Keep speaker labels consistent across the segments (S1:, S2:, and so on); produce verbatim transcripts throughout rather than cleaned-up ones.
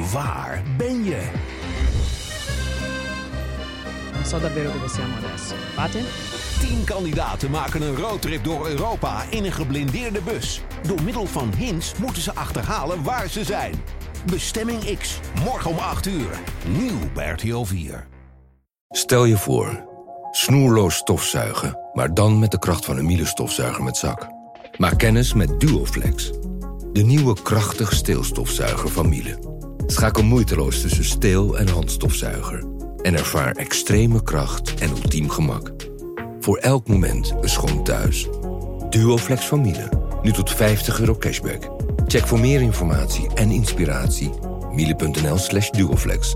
S1: Waar ben je?
S2: Non so davvero dove siamo adesso. Fate?
S1: Tien kandidaten maken een roadtrip door Europa in een geblindeerde bus. Door middel van hints moeten ze achterhalen waar ze zijn. Bestemming X, morgen om acht uur. Nieuw bij R T L vier.
S3: Stel je voor, snoerloos stofzuigen, maar dan met de kracht van een Miele stofzuiger met zak. Maak kennis met Duoflex, de nieuwe krachtig steelstofzuiger van Miele. Schakel moeiteloos tussen steel- en handstofzuiger en ervaar extreme kracht en ultiem gemak. Voor elk moment een schoon thuis. Duoflex van Miele, nu tot vijftig euro cashback. Check voor meer informatie en inspiratie miele.nl slash duoflex.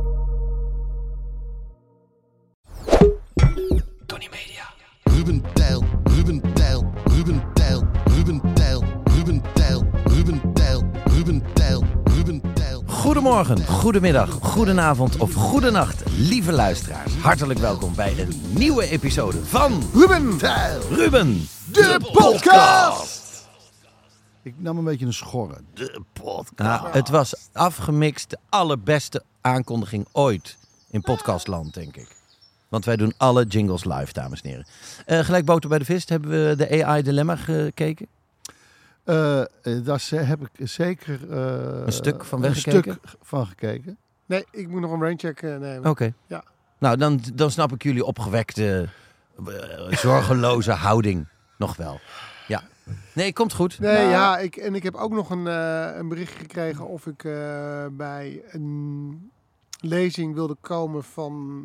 S1: Tony Media.
S4: Ruben Tijl, Ruben Tijl, Ruben Tijl, Ruben Tijl, Ruben Tijl, Ruben Tijl, Ruben Tijl, Ruben Tijl.
S5: Goedemorgen, goedemiddag, goedenavond of goedenacht, lieve luisteraars. Hartelijk welkom bij een nieuwe episode van
S4: Ruben Tijl,
S5: Ruben,
S4: de podcast. Ik nam een beetje een schorre. De podcast.
S5: Nou, het was afgemixt de allerbeste aankondiging ooit in podcastland, denk ik. Want wij doen alle jingles live, dames en heren. Uh, gelijk boter bij de vis, hebben we de A I-dilemma gekeken?
S4: Uh, daar heb ik zeker uh,
S5: een stuk van
S4: een
S5: weggekeken?
S4: stuk van gekeken.
S6: Nee, ik moet nog een braincheck uh, nemen.
S5: Oké. Okay.
S6: Ja.
S5: Nou, dan, dan snap ik jullie opgewekte, uh, zorgeloze houding nog wel. Ja. Nee, komt goed.
S6: Nee,
S5: nou.
S6: ja, ik, en ik heb ook nog een, uh, een bericht gekregen of ik uh, bij een lezing wilde komen van...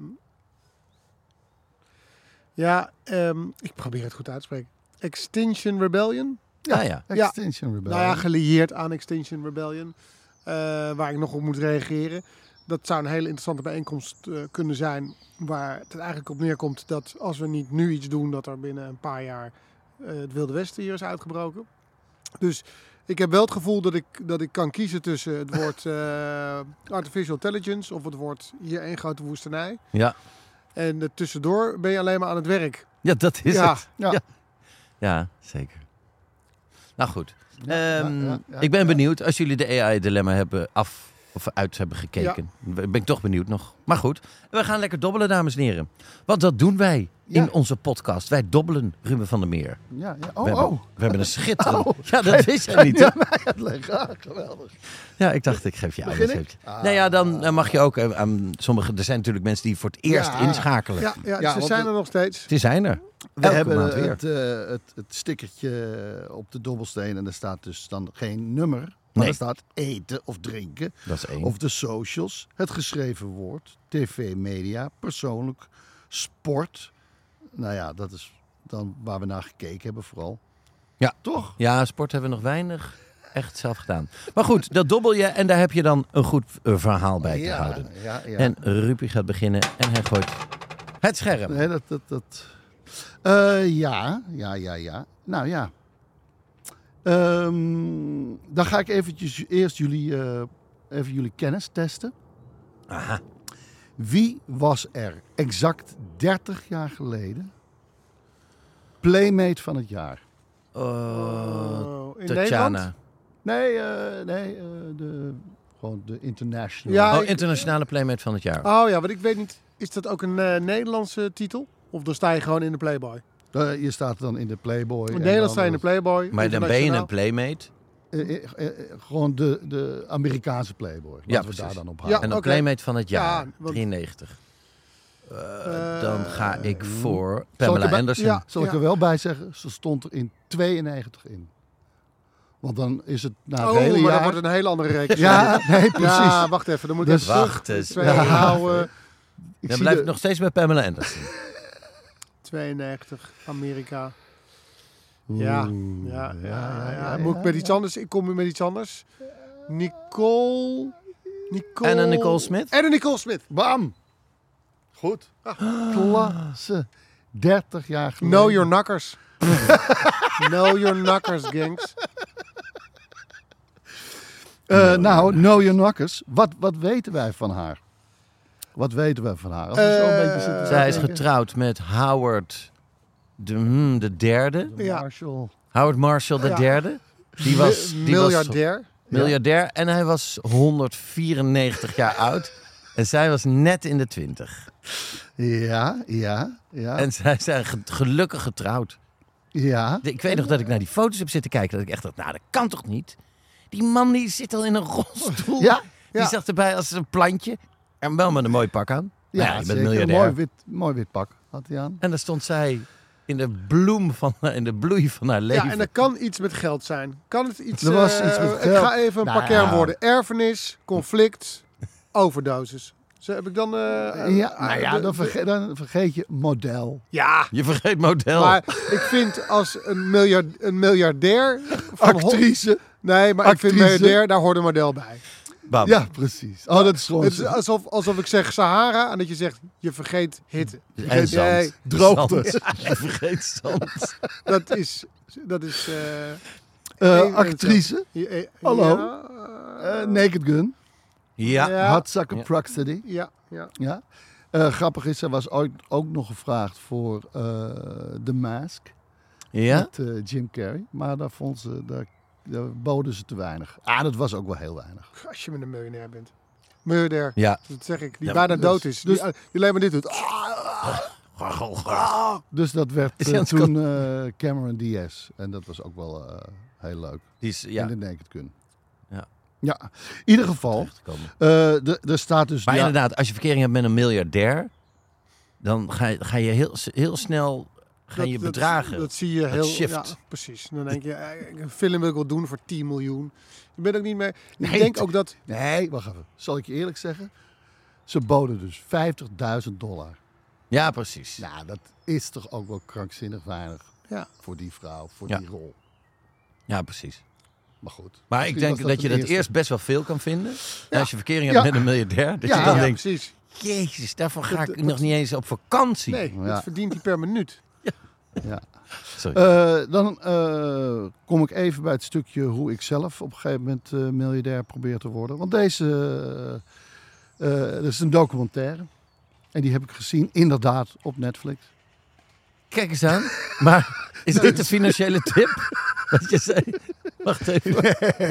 S6: Ja, um, ik probeer het goed uit te spreken. Extinction Rebellion.
S4: Ja,
S5: ah, ja.
S4: Extinction Rebellion.
S6: Nou ja, gelieerd aan Extinction Rebellion. Uh, waar ik nog op moet reageren. Dat zou een hele interessante bijeenkomst uh, kunnen zijn. Waar het eigenlijk op neerkomt dat als we niet nu iets doen, dat er binnen een paar jaar uh, het Wilde Westen hier is uitgebroken. Dus ik heb wel het gevoel dat ik, dat ik kan kiezen tussen het woord uh, artificial intelligence of het woord hier één grote woestenij.
S5: Ja.
S6: En uh, tussendoor ben je alleen maar aan het werk.
S5: Ja, dat is
S6: ja.
S5: het. Ja. Ja. Ja, zeker. Nou goed.
S4: Ja,
S5: um,
S4: ja, ja, ja,
S5: ik ben
S4: ja.
S5: benieuwd, als jullie de A I-dilemma hebben af of uit hebben gekeken. Ja. Ben ik toch benieuwd nog. Maar goed, we gaan lekker dobbelen, dames en heren. Want dat doen wij
S4: ja.
S5: in onze podcast. Wij dobbelen, Ruben van der Meer.
S4: Ja, ja. Oh,
S5: we, hebben,
S4: oh.
S5: we hebben een schitterend...
S4: Oh.
S5: Ja, dat wist jij niet.
S4: Ja, mij uitleggen. Geweldig.
S5: Ja, ik dacht, ik geef je
S4: Begin
S5: alles.
S4: ik? Ah.
S5: Nou ja, dan uh, mag je ook uh, aan sommige... Er zijn natuurlijk mensen die voor het eerst
S4: ja.
S5: inschakelen.
S6: Ja, ja,
S4: Ja,
S6: ze
S4: want
S6: zijn
S4: de-
S6: er nog steeds.
S5: Die zijn er.
S4: We
S5: Elke
S4: hebben
S5: maand weer.
S4: het, uh, het, het stickertje op de dobbelsteen en er staat dus dan geen nummer. Maar
S5: Nee.
S4: er staat eten of drinken.
S5: Dat is één.
S4: Of de socials, het geschreven woord, tv, media, persoonlijk, sport. Nou ja, dat is dan waar we naar gekeken hebben vooral.
S5: Ja.
S4: Toch?
S5: Ja, sport hebben we nog weinig echt zelf gedaan. Maar goed, dat dobbel je en daar heb je dan een goed uh, verhaal bij te
S4: ja,
S5: houden.
S4: Ja, ja.
S5: En Rupie gaat beginnen en hij gooit het scherm.
S4: Nee, dat... dat, dat. Uh, ja, ja, ja, ja. Nou ja. Um, dan ga ik eventjes eerst jullie, uh, even jullie kennis testen.
S5: Aha.
S4: Wie was er exact dertig jaar geleden Playmate van het jaar?
S5: Uh,
S6: Oh, in Nederland?
S5: Tatjana.
S4: Nee, uh, nee uh, de, gewoon de international.
S6: Ja,
S5: Oh,
S6: ik-
S5: internationale Playmate van het jaar.
S6: Oh ja, want ik weet niet, is dat ook een uh, Nederlandse titel? Of dan sta je gewoon in de Playboy?
S4: Uh, je staat dan in de Playboy.
S6: In
S4: en
S6: Nederland
S4: dan-
S6: sta je in de Playboy.
S5: Maar dan ben je
S6: internationaal.
S5: een Playmate.
S4: Uh, uh, uh, gewoon de, de Amerikaanse Playboy. Laten
S5: Ja,
S4: we
S5: precies.
S4: daar dan op
S6: Ja,
S4: houden.
S5: En een
S6: oké.
S5: Playmate van het jaar.
S6: Ja, want-
S5: drieënnegentig. Uh,
S6: Uh,
S5: dan ga ik voor
S4: Zal ik
S5: Pamela
S4: erbij-
S5: Anderson.
S6: Ja.
S4: Zal ik er wel bij zeggen, ze stond er in tweeënnegentig in. Want dan is het na het
S6: Oh,
S4: hele
S6: maar
S4: jaar...
S6: dat wordt een hele andere reeks.
S4: Ja, nee, precies.
S6: Ja, wacht even. Dan moet ik
S4: Dus-
S6: even terug.
S5: Wacht eens.
S6: Twee,
S4: Ja.
S6: oude,
S4: Ik
S5: Dan
S4: zie
S5: blijf
S4: de-
S5: ik nog steeds bij Pamela Anderson.
S6: tweeënnegentig, Amerika.
S4: Oeh,
S6: Ja, ja, ja, ja, ja. Moet ik met iets anders? Ik kom met iets anders. Nicole... Nicole...
S5: Anna Nicole Smith?
S6: Anna Nicole Smith.
S4: Bam! Goed. Klasse. dertig jaar geleden.
S6: Know your knackers. Know your knackers, gangs.
S4: Uh, nou, know your knackers. Wat, wat weten wij van haar? Wat weten wij van haar? Als we zo een
S6: Eh,
S4: beetje zitten
S5: Zij is
S4: denken.
S5: getrouwd met Howard de, hmm, de derde.
S4: De
S6: Ja.
S4: Marshall.
S5: Howard Marshall de
S6: Ja.
S5: derde. Die was,
S6: Mi-
S5: die was
S6: miljardair.
S5: Miljardair. En hij was honderdvierennegentig jaar oud. En zij was net in de twintig.
S4: Ja, ja, ja.
S5: En zij zijn ge- gelukkig getrouwd.
S4: ja.
S5: Ik weet nog dat ik naar die foto's heb zitten kijken. Dat ik echt dacht, nou dat kan toch niet? Die man die zit al in een rolstoel.
S4: Ja,
S5: Die
S6: ja.
S5: zag erbij als een plantje. En wel met een mooi pak aan.
S4: ja,
S5: Ja, je bent
S4: zeker. Een
S5: miljardair.
S4: mooi wit, mooi wit pak had hij aan.
S5: En daar stond zij in de bloem van, in de bloei van haar leven.
S6: Ja, en er kan iets met geld zijn. Kan het iets...
S4: Er was
S6: eh,
S4: iets met
S6: Ik
S4: geld.
S6: ga even een
S4: Nou,
S6: paar kernwoorden. Erfenis, conflict, overdosis. Zo heb ik dan... eh,
S4: Ja,
S6: eh,
S4: nou ja,
S6: de-
S4: dan
S6: de-
S4: vergeet, dan vergeet je model.
S6: Ja,
S5: Je vergeet model.
S6: maar ik vind als een, miljard, een miljardair... Van hon-
S4: Actrice.
S6: Nee, maar ik
S4: Actrice.
S6: vind miljardair, daar hoort een model bij.
S5: Bam.
S4: Ja, precies. Oh, dat is gewoon...
S6: Het is alsof, alsof ik zeg Sahara en dat je zegt, je vergeet hitte.
S5: En zand.
S6: Nee,
S4: droogte.
S5: Zand. Ja, je vergeet zand.
S6: dat is... Dat is eh,
S4: Eh,
S6: één-
S4: actrice.
S6: één- eh,
S4: Hallo.
S6: Ja,
S4: eh, Naked Gun.
S5: Ja.
S6: Ja.
S4: Hardsucker
S5: Ja.
S4: Proxity.
S6: ja, ja.
S4: Ja. Eh, grappig is, er was ooit ook nog gevraagd voor eh The Mask.
S5: Ja?
S4: Met eh, Jim Carrey. Maar daar, vond ze, daar, daar boden ze te weinig. Ah, dat was ook wel heel weinig.
S6: Als je met een miljonair bent. Miljardair.
S5: Ja.
S6: Dat zeg ik. Die
S5: Ja,
S6: bijna
S4: dus-
S6: dood is.
S4: dus-
S6: die, die alleen maar dit doet.
S4: Dus dat werd
S5: Is
S4: eh,
S5: hij aan het
S4: toen eh, Cameron Diaz. En dat was ook wel eh, heel leuk.
S5: Die is, ja.
S4: In de Naked Gun.
S5: Ja.
S4: Ja, in ieder geval.
S5: terechtgekomen.
S4: eh, er- er staat dus...
S5: Maar
S4: ja,
S5: inderdaad, als je verkering hebt met een miljardair, dan ga je, ga je heel, heel snel ga je
S6: Dat-
S5: bedragen.
S6: Dat, dat zie je
S5: Dat
S6: heel...
S5: shift.
S6: Ja, precies. Dan denk je, eh, een film wil ik wel doen voor tien miljoen. Je bent ook niet meer... Ik
S4: Nee,
S6: denk ook dat...
S4: Nee, wacht even. Zal ik je eerlijk zeggen? Ze boden dus vijftigduizend dollar.
S5: Ja, precies.
S4: Nou, dat is toch ook wel krankzinnig weinig
S6: Ja.
S4: voor die vrouw, voor
S5: Ja.
S4: die rol.
S5: Ja, precies.
S4: Maar goed.
S5: Maar
S4: Misschien
S5: ik denk
S4: was
S5: dat, je
S4: een
S5: dat
S4: eerste.
S5: eerst best wel veel kan vinden. En als je verkering
S4: Ja.
S5: hebt met een miljardair, dat
S4: Ja.
S5: je dan
S6: Ja,
S5: denkt,
S6: precies.
S5: jezus, daarvoor ga
S6: Dat-
S5: ik
S6: dat-
S5: nog niet eens op vakantie.
S6: Nee,
S4: Ja.
S6: dat verdient hij per minuut.
S4: Ja.
S5: Sorry.
S4: Eh, dan eh, kom ik even bij het stukje hoe ik zelf op een gegeven moment eh, miljardair probeer te worden. Want deze, uh, uh, dat is een documentaire. En die heb ik gezien, inderdaad, op Netflix.
S5: Kijk eens aan. Maar is dit de financiële tip? Wat je zei? Wacht even.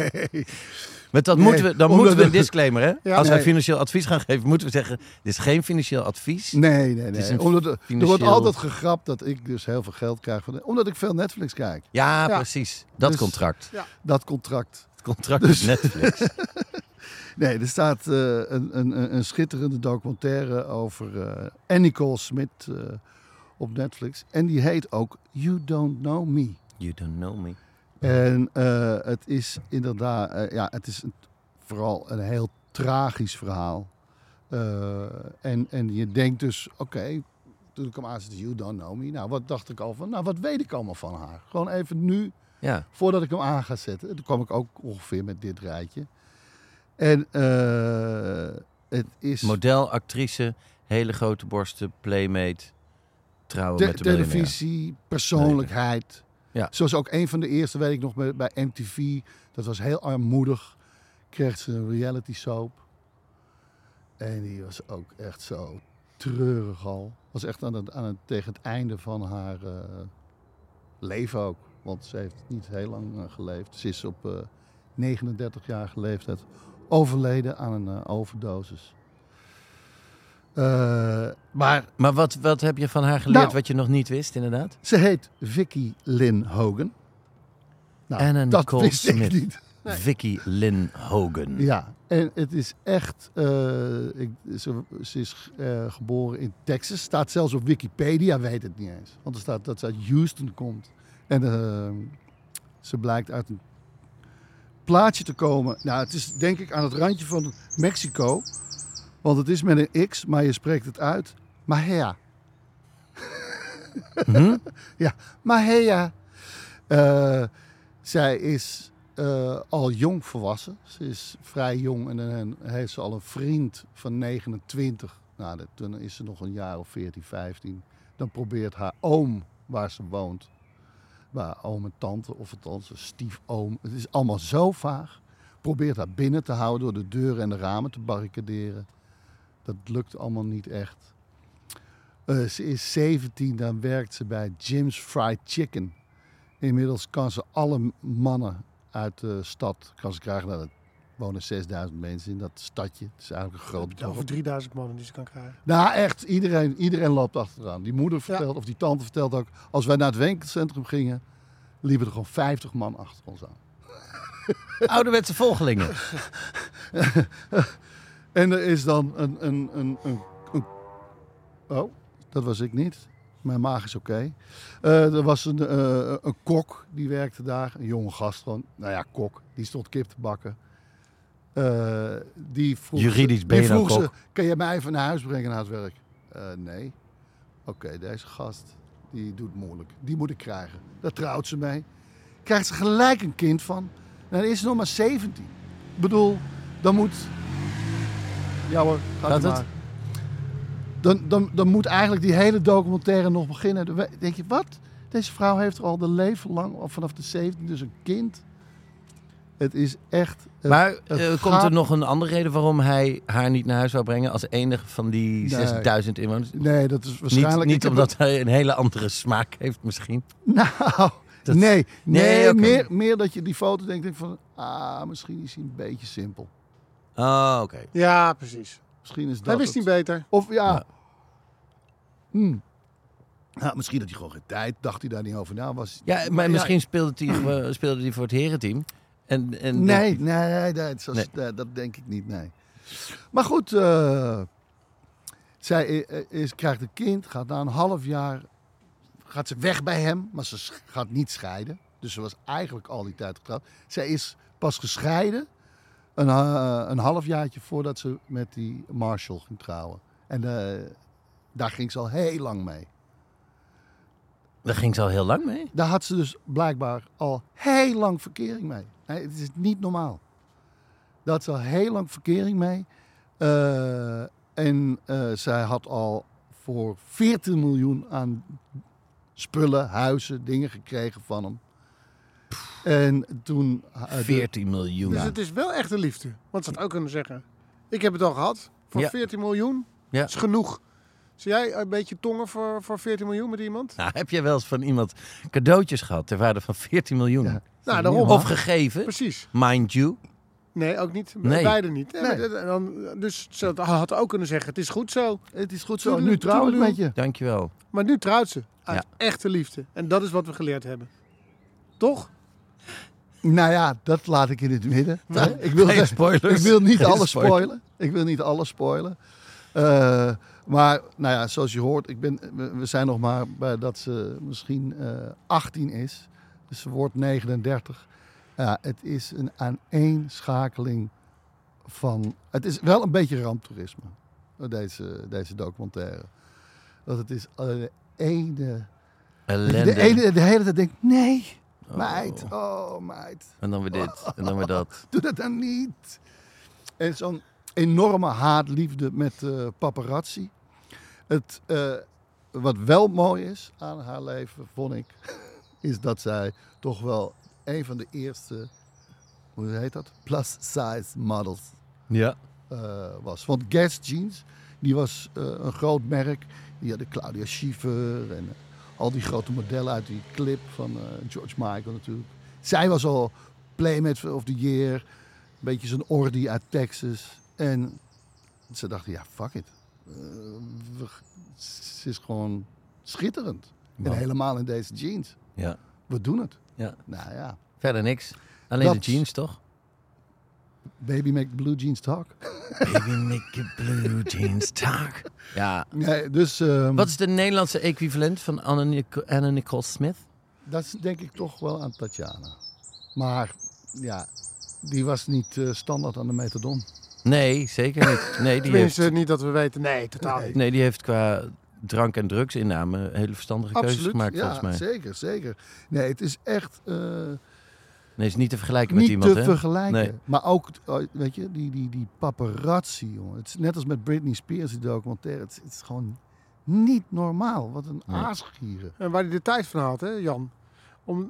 S5: Met dat
S4: Nee,
S5: moeten we, dan
S4: omdat
S5: moeten we een
S4: we-
S5: disclaimer, hè?
S6: Ja.
S5: Als wij
S4: Nee.
S5: financieel advies gaan geven, moeten we zeggen, dit is geen financieel advies.
S4: Nee, nee,
S5: is
S4: nee.
S5: een
S4: Omdat, er- er wordt
S5: financieel-
S4: altijd gegrapt dat ik dus heel veel geld krijg. Van, omdat ik veel Netflix kijk.
S5: Ja,
S6: Ja.
S5: precies. Dat
S4: Dus-
S5: contract.
S4: Dat contract.
S5: Het contract
S4: Dus-
S5: met Netflix.
S4: Nee, er staat eh, een, een, een- een schitterende documentaire over eh Annie Nicole Smit eh, op Netflix. En die heet ook You Don't Know Me.
S5: You don't know me.
S4: En eh, het is inderdaad, eh, ja, het is een, vooral een heel tragisch verhaal. Eh, en, en je denkt dus, oké, toen ik hem aanzette, You Don't Know Me. Nou, wat dacht ik al van, nou, wat weet ik allemaal van haar? Gewoon even nu,
S5: Ja.
S4: voordat ik hem aan ga zetten. Toen kwam ik ook ongeveer met dit rijtje. En eh, het is
S5: Model, actrice, hele grote borsten, playmate, trouwen
S4: te-
S5: met de miljonair.
S4: televisie, persoonlijkheid.
S5: Ja.
S4: Zoals ook een van de eerste, weet ik nog, bij, bij M T V. Dat was heel armoedig. Kreeg ze een reality soap. En die was ook echt zo treurig al. Was echt aan het, aan het, tegen het einde van haar eh, leven ook. Want ze heeft niet heel lang eh, geleefd. Ze is op eh, negenendertigjarige leeftijd overleden aan een eh, overdosis. Eh, maar
S5: Maar wat, wat heb je van haar geleerd
S4: Nou.
S5: wat je nog niet wist, inderdaad?
S4: ze heet Vicky Lynn Hogan. Nou,
S5: Anna
S4: dat
S5: Nicole
S4: wist ik
S5: Smith.
S4: niet.
S5: Vicky Lynn Hogan.
S4: Ja, en het is echt... eh, ik, ze, ze is eh, geboren in Texas. Staat zelfs op Wikipedia, weet het niet eens. Want er staat dat ze uit Houston komt. En eh, ze blijkt uit een plaatje te komen. Nou, het is denk ik aan het randje van Mexico. Want het is met een X, maar je spreekt het uit. Mahea.
S5: Hm?
S4: Ja, Mahea. Eh, zij is eh, al jong volwassen. Ze is vrij jong en dan heeft ze al een vriend van negenentwintig. Nou, dat, dan is ze nog een jaar of veertien, vijftien. Dan probeert haar oom, waar ze woont, waar oom en tante, of althans een stiefoom, het is allemaal zo vaag. Probeert haar binnen te houden door de deuren en de ramen te barricaderen. Dat lukt allemaal niet echt. Uh, ze is zeventien, dan werkt ze bij Jim's Fried Chicken. Inmiddels kan ze alle mannen uit de stad kan ze krijgen. Nou, dat wonen zesduizend mensen in dat stadje. Het is eigenlijk een groot dorp.
S6: Over drieduizend mannen die ze kan krijgen.
S4: Nou, echt. Iedereen, iedereen loopt achteraan. Die moeder vertelt, ja. of die tante vertelt ook... Als wij naar het winkelcentrum gingen... liepen er gewoon vijftig man achter ons aan.
S5: Ouderwetse volgelingen.
S4: En er is dan een, een, een, een, een... Oh, dat was ik niet. Mijn maag is oké. Okay. Uh, er was een, uh, een kok, die werkte daar. Een jonge gast gewoon. Nou ja, kok. Die stond kip te bakken. Uh, die vroeg
S5: Juridisch
S4: ze,
S5: ben je
S4: die vroeg
S5: dan
S4: ze,
S5: kok?
S4: kan je mij even naar huis brengen na het werk? Uh, nee. Oké, okay, deze gast, die doet moeilijk. Die moet ik krijgen. Daar trouwt ze mee. Krijgt ze gelijk een kind van. Nou, dan is ze nog maar zeventien. Ik bedoel, dan moet... Ja hoor, gaat, gaat het maar. Dan, dan, dan moet eigenlijk die hele documentaire nog beginnen. Dan denk je, wat? Deze vrouw heeft er al de leven lang, of vanaf de zeventien, dus een kind. Het is echt... Het,
S5: maar
S4: het
S5: uh,
S4: gaat...
S5: komt er nog een andere reden waarom hij haar niet naar huis zou brengen als enige van die nee. zesduizend inwoners?
S4: Nee, dat is waarschijnlijk...
S5: Niet, niet omdat het... hij een hele andere smaak heeft misschien?
S4: Nou,
S5: dat...
S4: nee. Nee,
S5: nee okay.
S4: meer, meer dat je die foto denkt, denk van... Ah, misschien is hij een beetje simpel.
S5: Oh, oké. Okay.
S6: Ja, precies.
S4: Misschien is dat
S6: hij wist
S4: het.
S6: niet beter.
S4: Of ja...
S5: ja.
S4: Hmm. Nou, misschien had hij gewoon geen tijd, dacht hij daar niet over na. Was...
S5: Ja, maar ja. misschien speelde hij, speelde hij voor het herenteam. En, en
S4: nee, nee, nee, nee, zoals, nee, dat denk ik niet, nee. Maar goed, uh, zij is, krijgt een kind, gaat na een half jaar, gaat ze weg bij hem, maar ze gaat niet scheiden. Dus ze was eigenlijk al die tijd getrouwd. Zij is pas gescheiden een, uh, een halfjaartje voordat ze met die Marshall ging trouwen. En uh, daar ging ze al heel lang mee.
S5: Daar ging ze al heel lang mee?
S4: Daar had ze dus blijkbaar al heel lang verkering mee. Nee, het is niet normaal. Daar had ze al heel lang verkering mee. Uh, en uh, zij had al voor veertien miljoen aan spullen, huizen, dingen gekregen van hem. Pff. En toen... Uh,
S5: veertien miljoen.
S6: Dus het is wel echt een liefde. Want ze had ook kunnen zeggen, ik heb het al gehad. Voor ja. veertien miljoen
S5: ja.
S6: is genoeg. Zie jij een beetje tongen voor, voor veertien miljoen met iemand?
S5: Nou, heb jij wel eens van iemand cadeautjes gehad ter waarde van veertien miljoen? Ja.
S6: Nou, daarom.
S5: Of gegeven?
S6: Precies.
S5: Mind you?
S6: Nee, ook niet.
S5: Nee.
S6: Beide niet. Nee.
S4: Nee.
S6: En dan, dus ze had ook kunnen zeggen, het is goed zo.
S4: Het is goed zo. Nu trouw ik met je.
S5: Dankjewel.
S6: Maar nu trouwt ze. Uit
S5: ja.
S6: echte liefde. En dat is wat we geleerd hebben. Toch?
S4: Nou ja, dat laat ik in het midden.
S5: Nou,
S4: ik, wil,
S5: geen spoilers.
S4: ik wil niet
S5: geen
S4: alles
S5: spoilers.
S4: spoilen. Ik wil niet alles spoilen. Uh, maar nou ja, zoals je hoort, ik ben, we zijn nog maar bij dat ze misschien uh, achttien is. Dus ze wordt negenendertig. Ja, het is een aaneenschakeling van... Het is wel een beetje ramptoerisme, deze, deze documentaire. Dat het is de ene...
S5: Ellende.
S4: De, ene, de hele tijd denk ik, nee, oh. meid, oh meid.
S5: En dan weer dit, en dan weer dat.
S4: Doe dat dan niet. En zo'n enorme haatliefde met uh, paparazzi. Het, uh, wat wel mooi is aan haar leven, vond ik, is dat zij toch wel een van de eerste, hoe heet dat, plus-size models
S5: ja.
S4: uh, was. Want Guess Jeans, die was uh, een groot merk. Die hadden Claudia Schiffer en uh, al die grote modellen uit die clip van uh, George Michael natuurlijk. Zij was al Playmate of the Year, een beetje zo'n Ordi uit Texas. En ze dachten, ja, fuck it. Uh, we, ze is gewoon schitterend. Wow. En helemaal in deze jeans.
S5: Ja.
S4: We doen het.
S5: Ja.
S4: Nou ja.
S5: Verder niks. Alleen dat, de jeans, toch?
S4: Baby make blue jeans talk.
S5: Baby make blue jeans talk. Ja.
S4: Nee, dus, um,
S5: wat is de Nederlandse equivalent van Anne, Nic- Anne Nicole Smith?
S4: Dat is denk ik toch wel aan Tatjana. Maar ja, die was niet uh, standaard aan de methadon.
S5: Nee, zeker niet. Nee, die
S6: Tenminste,
S5: heeft...
S6: niet dat we weten. Nee, totaal niet.
S5: Nee, die heeft qua drank- en drugsinname hele verstandige
S4: Absoluut,
S5: keuzes gemaakt,
S4: ja,
S5: volgens mij.
S4: Zeker, zeker. Nee, het is echt... Uh,
S5: nee, is niet te vergelijken
S4: niet
S5: met iemand,
S4: te
S5: hè?
S4: vergelijken.
S5: Nee.
S4: Maar ook, weet je, die, die, die paparazzi, jongen. Het is net als met Britney Spears, die documentaire. Het is, het is gewoon niet normaal. Wat een
S5: nee.
S4: aasgieren.
S6: En waar hij de tijd van had, hè, Jan? Om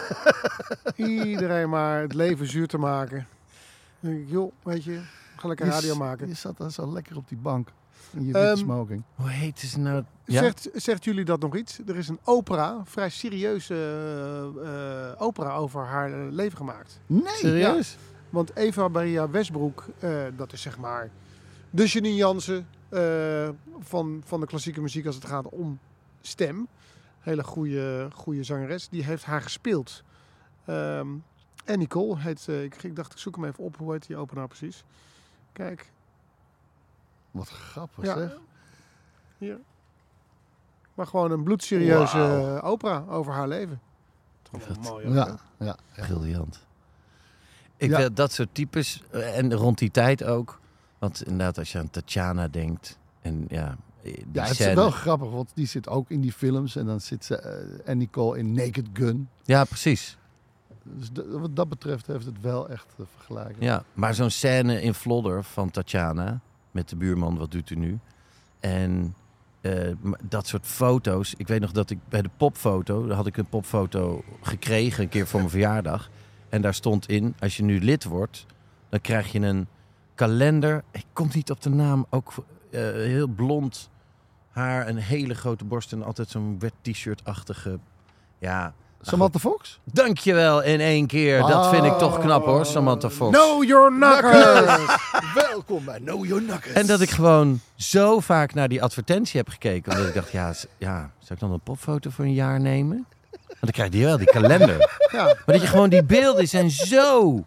S6: iedereen maar het leven zuur te maken. Dan denk ik, joh, weet je, ga lekker
S4: je,
S6: radio maken.
S4: Je zat daar zo lekker op die bank. In je
S6: Um,
S4: wit smoking.
S5: Hoe heet ze nou? Ja?
S6: Zegt, zegt jullie dat nog iets? Er is een opera, een vrij serieuze uh, uh, opera over haar leven gemaakt.
S4: Nee.
S5: Serieus?
S6: Want Eva Maria Westbroek, uh, dat is zeg maar de Janine Jansen uh, van, van de klassieke muziek als het gaat om stem. Hele goede, goede zangeres. Die heeft haar gespeeld. Um, en Nicole heet, uh, ik, ik dacht ik zoek hem even op. Hoe heet die opener precies? Kijk.
S4: Wat grappig
S6: ja.
S4: zeg.
S6: Hier. Maar gewoon een bloedserieuze
S4: Wow.
S6: uh, opera over haar leven. Toch wel mooi ook,
S4: Ja, ja, ja.
S5: Briljant. Ik
S4: Ja.
S5: wil dat soort types, uh, en rond die tijd ook. Want inderdaad, als je aan Tatjana denkt. En ja, die
S4: Ja, het
S5: scène.
S4: is wel grappig, want die zit ook in die films. En dan zit ze uh, en Nicole in Naked Gun.
S5: Ja, precies.
S4: Dus de, wat dat betreft heeft het wel echt uh, vergelijking.
S5: Ja, maar zo'n scène in Vlodder van Tatjana met de buurman, wat doet u nu? En uh, dat soort foto's. Ik weet nog dat ik bij de popfoto, daar had ik een popfoto gekregen een keer voor mijn verjaardag. En daar stond in, als je nu lid wordt, dan krijg je een kalender. Ik kom niet op de naam, ook uh, heel blond haar, een hele grote borst en altijd zo'n wet t-shirt-achtige, ja...
S4: Samantha Fox?
S5: Dankjewel in één keer. Dat vind ik toch knap hoor, Samantha Fox.
S6: Know your knuckles!
S4: Welkom bij Know Your Knuckles.
S5: En dat ik gewoon zo vaak naar die advertentie heb gekeken. Omdat ik dacht, ja, s- ja zou ik dan een popfoto voor een jaar nemen? Want dan krijg je wel die kalender.
S6: Ja.
S5: Maar dat je gewoon die beelden zijn zo...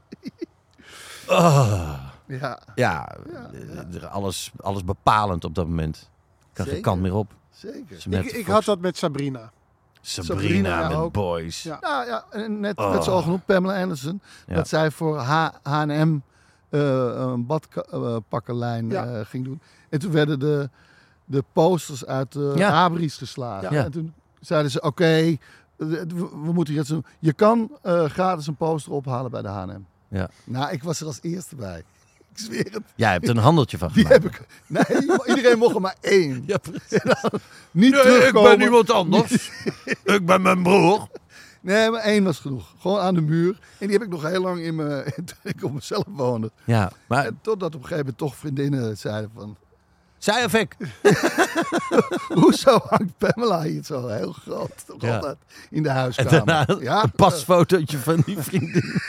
S5: Oh.
S4: Ja,
S5: Ja, eh, alles, alles bepalend op dat moment. Ik kan geen
S4: Zeker.
S5: kant meer op.
S4: zeker.
S5: Samantha
S6: Ik, ik
S5: Fox.
S6: had dat met Sabrina.
S5: Sabrina,
S4: Sabrina, ja,
S5: met
S4: ook.
S5: Boys.
S6: Ja.
S4: Ja, ja, en net,
S5: Oh.
S4: net zo al genoemd, Pamela Anderson.
S5: Ja.
S4: Dat zij voor H en M uh, een badpakkenlijn
S6: Ja.
S4: uh, ging doen. En toen werden de, de posters uit de
S5: Ja.
S4: Abris geslagen.
S5: Ja.
S4: En toen zeiden ze, oké, okay, we, we moeten iets doen. Je kan uh, gratis een poster ophalen bij de H en M.
S5: Ja.
S4: Nou, ik was er als eerste bij. Ik zweer het.
S5: Jij hebt er een handeltje van
S4: Die
S5: gemaakt.
S4: heb ik. Nee, iedereen mocht er maar één.
S5: Ja, precies.
S4: Niet
S5: Nee, ik
S4: terugkomen.
S5: ben iemand anders. Ik ben mijn broer.
S4: Nee, maar één was genoeg. Gewoon aan de muur. En die heb ik nog heel lang in mijn, toen ik op mezelf woonde.
S5: Ja, maar
S4: En totdat op een gegeven moment toch vriendinnen zeiden van...
S5: zij of ik?
S4: Hoezo hangt Pamela hier zo heel groot? Toch
S5: Ja.
S4: altijd in de
S5: En
S4: huiskamer.
S5: daarna
S4: ja?
S5: een pasfotootje van die vriendin.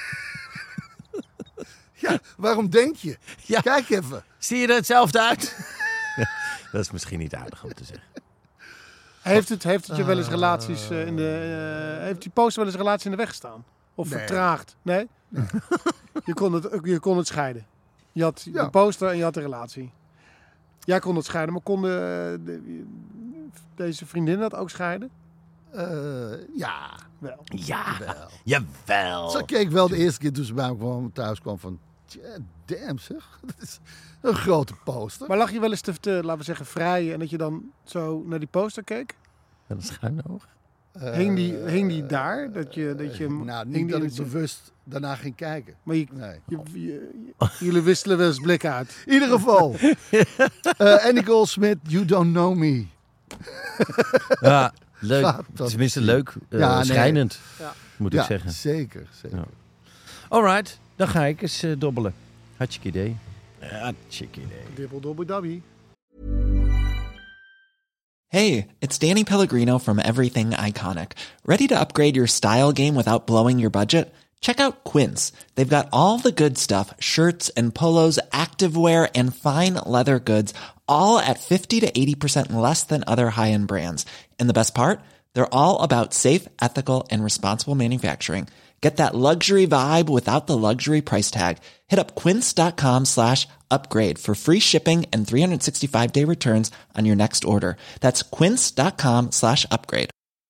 S4: Ja, waarom denk je?
S5: Ja.
S4: Kijk even.
S5: Zie je er hetzelfde uit? Dat is misschien niet aardig om te zeggen.
S6: Heeft het, heeft het je wel eens relaties uh, in de... Uh, heeft die poster wel eens relaties in de weg gestaan? Of
S4: Nee.
S6: vertraagd? Nee? je, kon het, je kon het scheiden. Je had
S4: Ja.
S6: de poster en je had de relatie. Jij kon het scheiden, maar kon de, de, deze vriendin dat ook scheiden?
S4: Uh, ja,
S6: Wel.
S5: Ja,
S4: wel.
S5: jawel.
S4: Ze keek wel de eerste keer toen ze bij me kwam, thuis kwam van... tja, damn zeg, dat is een grote poster.
S6: Maar lag je wel eens te, te, laten we zeggen, vrijen en dat je dan zo naar die poster keek?
S5: Met een schuine oog.
S4: Uh,
S6: Hing die, hing die daar? Dat je, dat je,
S4: nou,
S6: hing
S4: niet
S6: die
S4: dat
S6: in
S4: ik
S6: het zicht?
S4: bewust daarna ging kijken.
S6: Maar je,
S4: Nee.
S6: je, je- je- jullie wisselen wel eens blikken uit.
S4: In ieder geval. uh, en Nicole Smit, You Don't Know Me.
S5: Ja, leuk.
S4: Fantastisch.
S5: Tenminste, leuk. Uh,
S4: Ja, nee.
S5: schijnend,
S6: Ja.
S5: moet
S4: Ja,
S5: ik zeggen.
S4: zeker. zeker.
S5: Ja. Alright, dan ga ik eens uh, dobbelen. Hartstikke idee. Hartstikke idee.
S6: Dibbel dobbel dabby.
S7: Hey, it's Danny Pellegrino from Everything Iconic. Ready to upgrade your style game without blowing your budget? Check out Quince. They've got all the good stuff, shirts and polos, activewear, and fine leather goods, all at fifty to eighty percent less than other high-end brands. And the best part? They're all about safe, ethical, and responsible manufacturing. Get that luxury vibe without the luxury price tag. Hit up quince.com slash upgrade for free shipping and three sixty-five day returns on your next order. That's quince.com slash upgrade.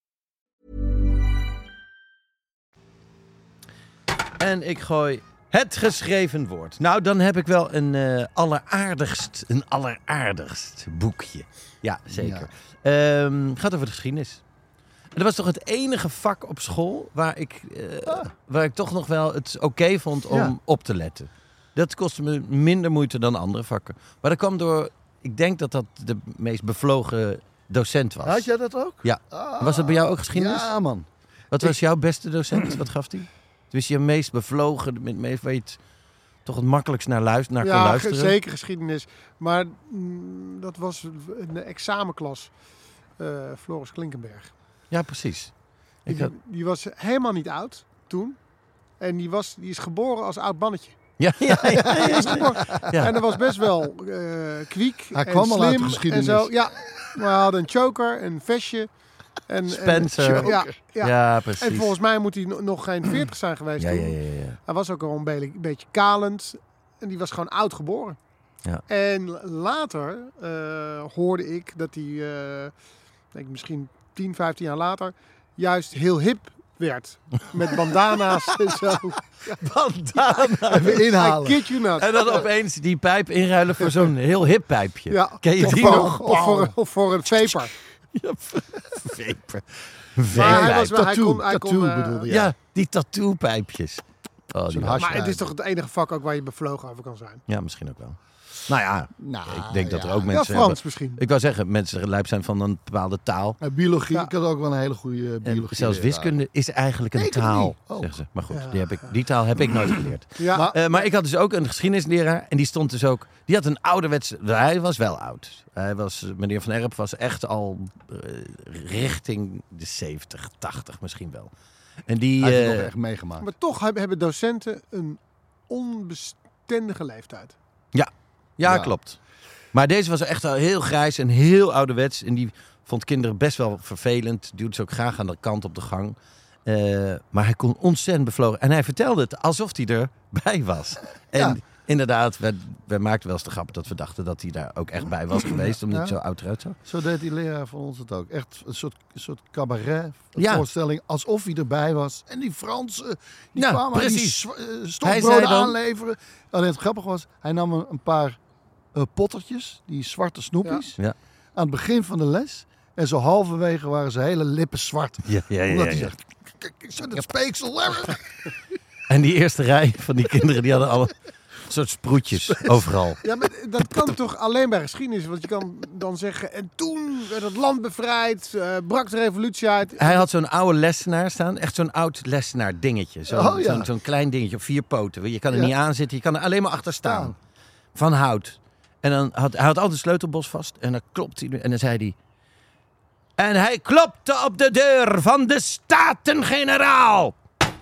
S5: En ik gooi het geschreven woord. Nou, dan heb ik wel een uh, alleraardigst, een alleraardigst boekje. Ja, zeker. Ja. Um, gaat over de geschiedenis. En dat was toch het enige vak op school waar ik, uh, ah. waar ik toch nog wel het oké okay vond om ja. op te letten. Dat kostte me minder moeite dan andere vakken. Maar dat kwam door, ik denk dat dat de meest bevlogen docent was.
S4: Had jij dat ook?
S5: Ja. Ah. Was dat bij jou ook geschiedenis?
S4: Ja, man.
S5: Wat was jouw beste docent? Wat gaf die? Dus je meest bevlogen, met meest waar je het toch het makkelijkst naar, luister, naar
S6: ja,
S5: kon luisteren?
S6: Ja, zeker geschiedenis. Maar mm, dat was een examenklas. Uh, Floris Klinkenberg.
S5: Ja, precies.
S6: Die,
S5: had...
S6: die was helemaal niet oud toen. En die, was, die is geboren als oud mannetje.
S5: Ja, ja, ja, ja,
S6: Die is
S5: ja.
S6: geboren.
S5: Ja.
S6: En dat was best wel uh, kwiek
S4: Hij
S6: en
S4: kwam al uit de
S6: slim en
S4: geschiedenis.
S6: zo. Ja, we hadden een choker, een vestje. En,
S5: Spencer.
S6: En, ja, ja.
S5: Ja, precies.
S6: En volgens mij moet hij no- nog geen veertig zijn geweest
S5: Ja,
S6: toen.
S5: ja, ja, ja.
S6: Hij was ook al een beetje, een beetje kalend. En die was gewoon oud geboren.
S5: Ja.
S6: En later uh, hoorde ik dat hij, uh, denk ik misschien tien, vijftien jaar later, juist heel hip werd. Met bandana's en zo.
S5: Bandana.
S4: Even inhalen.
S6: I kid you not.
S5: En dan opeens die pijp inruilen voor zo'n heel hip pijpje.
S6: Ja.
S5: Ken je
S6: Of
S5: die
S6: voor-
S5: nog?
S6: Of voor, of voor een vaper.
S5: Ja, vaper.
S6: Maar hij was
S5: Vape.
S6: wel, hij
S4: Tattoo,
S6: kon, hij kon,
S4: tattoo
S6: uh,
S4: bedoelde je.
S5: Ja, die tattoo-pijpjes. Oh, die
S4: Zo'n
S5: was-
S4: hash-
S6: Maar het is toch het enige vak ook waar je bevlogen over kan zijn.
S5: Ja, misschien ook wel. Nou ja,
S4: Nou,
S5: ik denk dat er
S4: ja.
S5: ook
S6: Ja,
S5: mensen
S6: Frans
S5: hebben.
S6: misschien.
S5: Ik wou zeggen, mensen lijp zijn van een bepaalde taal.
S4: Uh, biologie,
S6: Ja.
S4: ik had ook wel een hele goede
S5: En
S4: biologie.
S5: zelfs wiskunde is eigenlijk een
S4: Nee, dat
S5: taal,
S4: niet. Oh.
S5: zeggen ze. Maar goed,
S6: Ja.
S5: die, heb ik, die taal heb ik nooit geleerd.
S6: Ja,
S4: Maar-
S5: Uh, maar ik had dus ook een geschiedenisleraar en die stond dus ook... Die had een ouderwetse... Hij was wel oud. Hij was, meneer Van Erp was echt al uh, richting de zeventig, tachtig misschien wel. En die...
S4: Hij heeft het
S5: uh,
S4: nog echt meegemaakt.
S6: maar toch hebben hebben docenten een onbestendige leeftijd.
S5: Ja,
S4: Ja.
S5: klopt. Maar deze was echt al heel grijs en heel ouderwets. En die vond kinderen best wel vervelend. Duwde ze ook graag aan de kant op de gang. Uh, maar hij kon ontzettend bevlogen. En hij vertelde het alsof hij erbij was. En
S4: Ja.
S5: inderdaad, wij, wij maakten wel eens de grap dat we dachten dat hij daar ook echt bij was geweest. Omdat hij
S4: Ja.
S5: zo oud eruit zag.
S4: Zo deed die leraar van ons het ook. Echt een soort, een soort cabaret
S5: Ja.
S4: voorstelling. Alsof hij erbij was. En die Fransen, die
S5: Ja,
S4: kwamen
S5: precies.
S4: die sw- eh,
S5: Hij
S4: stokbroden
S5: zei dan-
S4: aanleveren. Alleen het grappige was, hij nam een, een paar uh, pottertjes, die zwarte snoepjes,
S5: Ja. Ja.
S4: aan het begin van de les. En zo halverwege waren zijn hele lippen zwart.
S5: Ja, ja, ja,
S4: Omdat
S5: ja,
S4: hij
S5: ja.
S4: zegt, kijk, ik zet het speeksel.
S5: En die eerste rij van die kinderen, die hadden alle soort sproetjes overal.
S6: Ja, maar dat kan toch alleen bij geschiedenis? Want je kan dan zeggen, en toen werd het land bevrijd, uh, brak de revolutie uit.
S5: Hij had zo'n oude lessenaar staan. Echt zo'n oud lessenaar dingetje. Zo'n
S4: Oh, ja.
S5: zo'n, zo'n klein dingetje op vier poten. Je kan er
S4: Ja.
S5: niet aan zitten. Je kan er alleen maar achter staan.
S4: Staan.
S5: Van hout. En dan had hij had altijd een sleutelbos vast. En dan klopt hij. En dan zei hij... En hij klopte op de deur van de Staten-Generaal.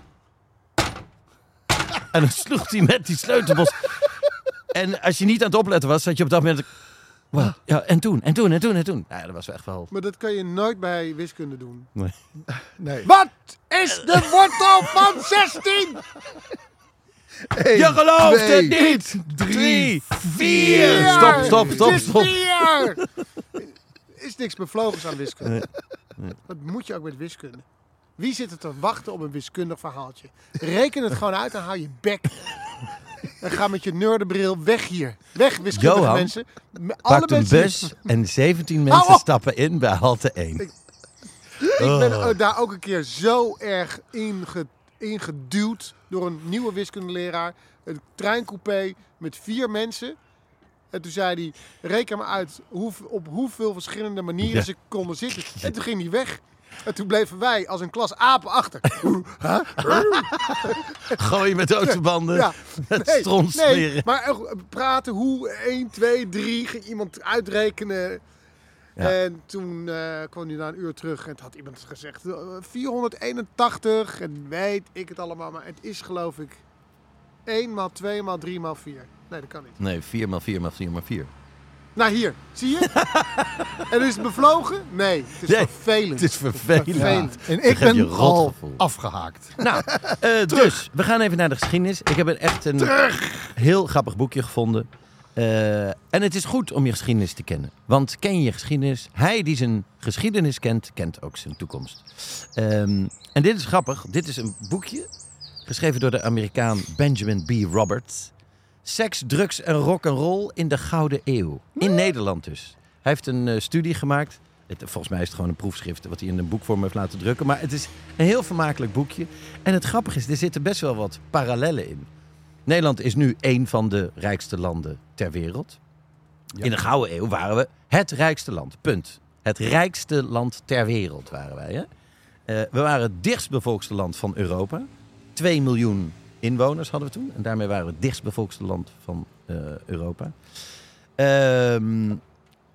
S5: En dan sloeg hij met die sleutelbos. En als je niet aan het opletten was, zat je op dat moment... Wat? Ja, en toen, en toen, en toen, en toen. Nou, ja, dat was wel echt wel...
S6: Maar dat kan je nooit bij wiskunde doen.
S5: Nee.
S4: Nee.
S6: Wat is de wortel van zestien?
S4: Eén,
S5: Je gelooft
S4: twee,
S5: het niet!
S4: drie,
S5: Drie,
S4: vier.
S5: vier! Stop, stop, stop,
S6: Het is
S5: stop.
S6: vier! Is niks bevlogens aan wiskunde. Dat moet je ook met wiskunde. Wie zit er te wachten op een wiskundig verhaaltje? Reken het gewoon uit en hou je bek. En ga met je nerdenbril weg hier. Weg, wiskundige
S5: Johan,
S6: mensen. Met alle
S5: Pakt een
S6: mensen-
S5: bus en zeventien
S6: Hou
S5: mensen
S6: op!
S5: stappen in bij halte één.
S6: Ik ben uh, daar ook een keer zo erg inge, ingeduwd door een nieuwe wiskundeleraar. Een treincoupé met vier mensen. En toen zei hij, reken maar uit hoe, op hoeveel verschillende manieren
S5: Ja.
S6: ze konden zitten. En toen ging hij weg. En toen bleven wij als een klas apen achter.
S5: Gooi je met autobanden,
S6: Ja.
S5: met
S6: Nee,
S5: strontsmeren.
S6: nee, maar uh, praten hoe één, twee, drie ging iemand uitrekenen.
S5: Ja.
S6: En toen uh, kwam hij na een uur terug en toen had iemand gezegd uh, vierhonderdeenentachtig en weet ik het allemaal. Maar het is geloof ik één maal twee maal drie maal vier. Nee, dat kan niet.
S5: Nee, vier maal vier maal vier maal vier.
S6: Nou hier, zie je? En is het bevlogen? Nee, het is
S5: Nee,
S6: vervelend.
S5: Het is vervelend.
S6: Vervelend.
S4: En
S5: Dan
S4: ik
S5: geef je
S4: ben al
S5: rotgevoel.
S4: afgehaakt.
S5: Nou, uh, dus, we gaan even naar de geschiedenis. Ik heb een echt een heel grappig boekje gevonden. Uh, en het is goed om je geschiedenis te kennen. Want ken je je geschiedenis? Hij die zijn geschiedenis kent, kent ook zijn toekomst. Um, en dit is grappig. Dit is een boekje geschreven door de Amerikaan Benjamin B. Roberts. Seks, drugs en rock'n'roll in de Gouden Eeuw. In Nederland dus. Hij heeft een uh, studie gemaakt. Het, volgens mij is het gewoon een proefschrift wat hij in een boekvorm heeft laten drukken. Maar het is een heel vermakelijk boekje. En het grappige is, er zitten best wel wat parallellen in. Nederland is nu één van de rijkste landen ter wereld. Ja. In de Gouden Eeuw waren we het rijkste land. Punt. Het rijkste land ter wereld waren wij. Hè? Uh, we waren het dichtstbevolkste land van Europa. Twee miljoen inwoners hadden we toen. En daarmee waren we het dichtstbevolkste land van uh, Europa. Um,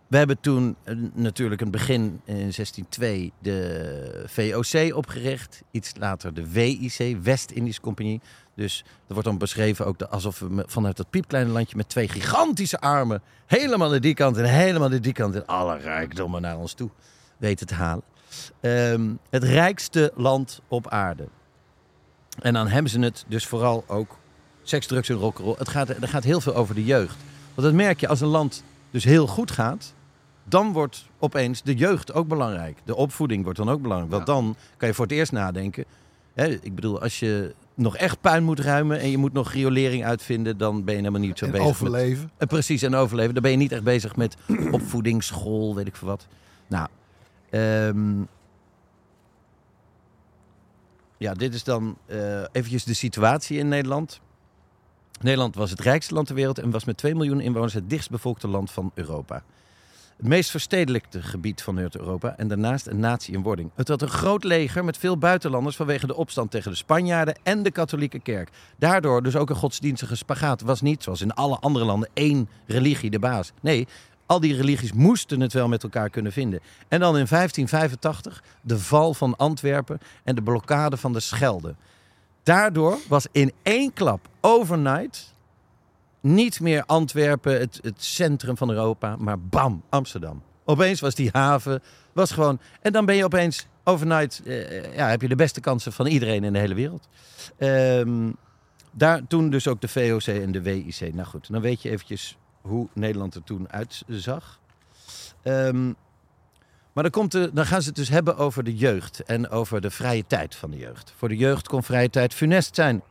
S5: We hebben toen uh, natuurlijk een begin in zestien twee de V O C opgericht. Iets later de W I C, West-Indische Compagnie. Dus er wordt dan beschreven ook de, alsof we vanuit dat piepkleine landje met twee gigantische armen helemaal naar die kant en helemaal naar die kant en alle rijkdommen naar ons toe weten te halen. Um, het rijkste land op aarde. En dan hebben ze het dus vooral ook seks, drugs en rock'n'roll. Het gaat, er gaat heel veel over de jeugd. Want dat merk je als een land dus heel goed gaat, dan wordt opeens de jeugd ook belangrijk. De opvoeding wordt dan ook belangrijk. Want dan kan je voor het eerst nadenken. Hè, ik bedoel, als je nog echt puin moet ruimen en je moet nog riolering uitvinden, dan ben je helemaal niet zo
S4: en
S5: bezig
S4: overleven.
S5: met... Uh, precies, en overleven. Dan ben je niet echt bezig met opvoeding, school, weet ik veel wat. Nou, um, ja, dit is dan uh, eventjes de situatie in Nederland. Nederland was het rijkste land ter wereld en was met twee miljoen inwoners het dichtstbevolkte land van Europa. Het meest verstedelijkte gebied van Europa en daarnaast een natie in wording. Het had een groot leger met veel buitenlanders vanwege de opstand tegen de Spanjaarden en de katholieke kerk. Daardoor dus ook een godsdienstige spagaat. Was niet, zoals in alle andere landen, één religie de baas. Nee, al die religies moesten het wel met elkaar kunnen vinden. En dan in vijftien vijfentachtig de val van Antwerpen en de blokkade van de Schelde. Daardoor was in één klap, overnight, niet meer Antwerpen, het, het centrum van Europa, maar bam, Amsterdam. Opeens was die haven, was gewoon... En dan ben je opeens overnight, eh, ja, heb je de beste kansen van iedereen in de hele wereld. Um, daar toen dus ook de V O C en de W I C. Nou goed, dan weet je eventjes hoe Nederland er toen uitzag. Um, maar dan, komt de, dan gaan ze het dus hebben over de jeugd en over de vrije tijd van de jeugd. Voor de jeugd kon vrije tijd funest zijn.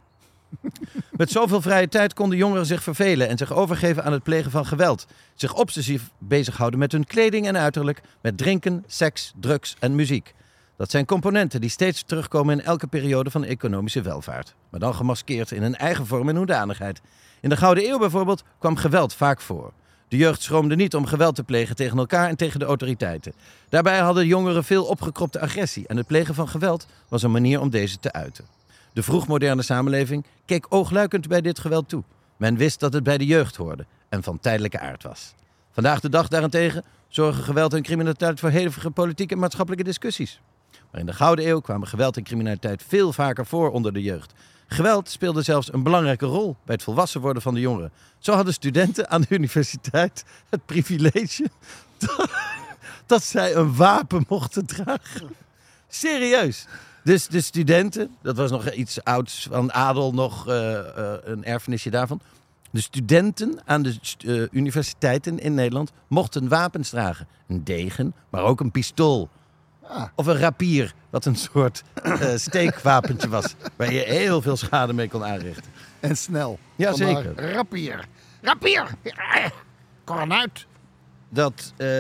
S5: Met zoveel vrije tijd konden jongeren zich vervelen en zich overgeven aan het plegen van geweld. Zich obsessief bezighouden met hun kleding en uiterlijk, met drinken, seks, drugs en muziek. Dat zijn componenten die steeds terugkomen in elke periode van economische welvaart. Maar dan gemaskeerd in een eigen vorm en hoedanigheid. In de Gouden Eeuw bijvoorbeeld kwam geweld vaak voor. De jeugd schroomde niet om geweld te plegen tegen elkaar en tegen de autoriteiten. Daarbij hadden jongeren veel opgekropte agressie en het plegen van geweld was een manier om deze te uiten. De vroegmoderne samenleving keek oogluikend bij dit geweld toe. Men wist dat het bij de jeugd hoorde en van tijdelijke aard was. Vandaag de dag daarentegen zorgen geweld en criminaliteit voor hevige politieke en maatschappelijke discussies. Maar in de Gouden Eeuw kwamen geweld en criminaliteit veel vaker voor onder de jeugd. Geweld speelde zelfs een belangrijke rol bij het volwassen worden van de jongeren. Zo hadden studenten aan de universiteit het privilege dat, dat zij een wapen mochten dragen. Serieus. Dus de studenten, dat was nog iets ouds van adel, nog uh, uh, een erfenisje daarvan. De studenten aan de uh, universiteiten in Nederland mochten wapens dragen. Een degen, maar ook een pistool. Ah. Of een rapier, wat een soort uh, steekwapentje was. Waar je heel veel schade mee kon aanrichten.
S4: En snel.
S5: Ja, zeker.
S4: Rapier. Rapier. Kom er uit.
S5: Dat, uh,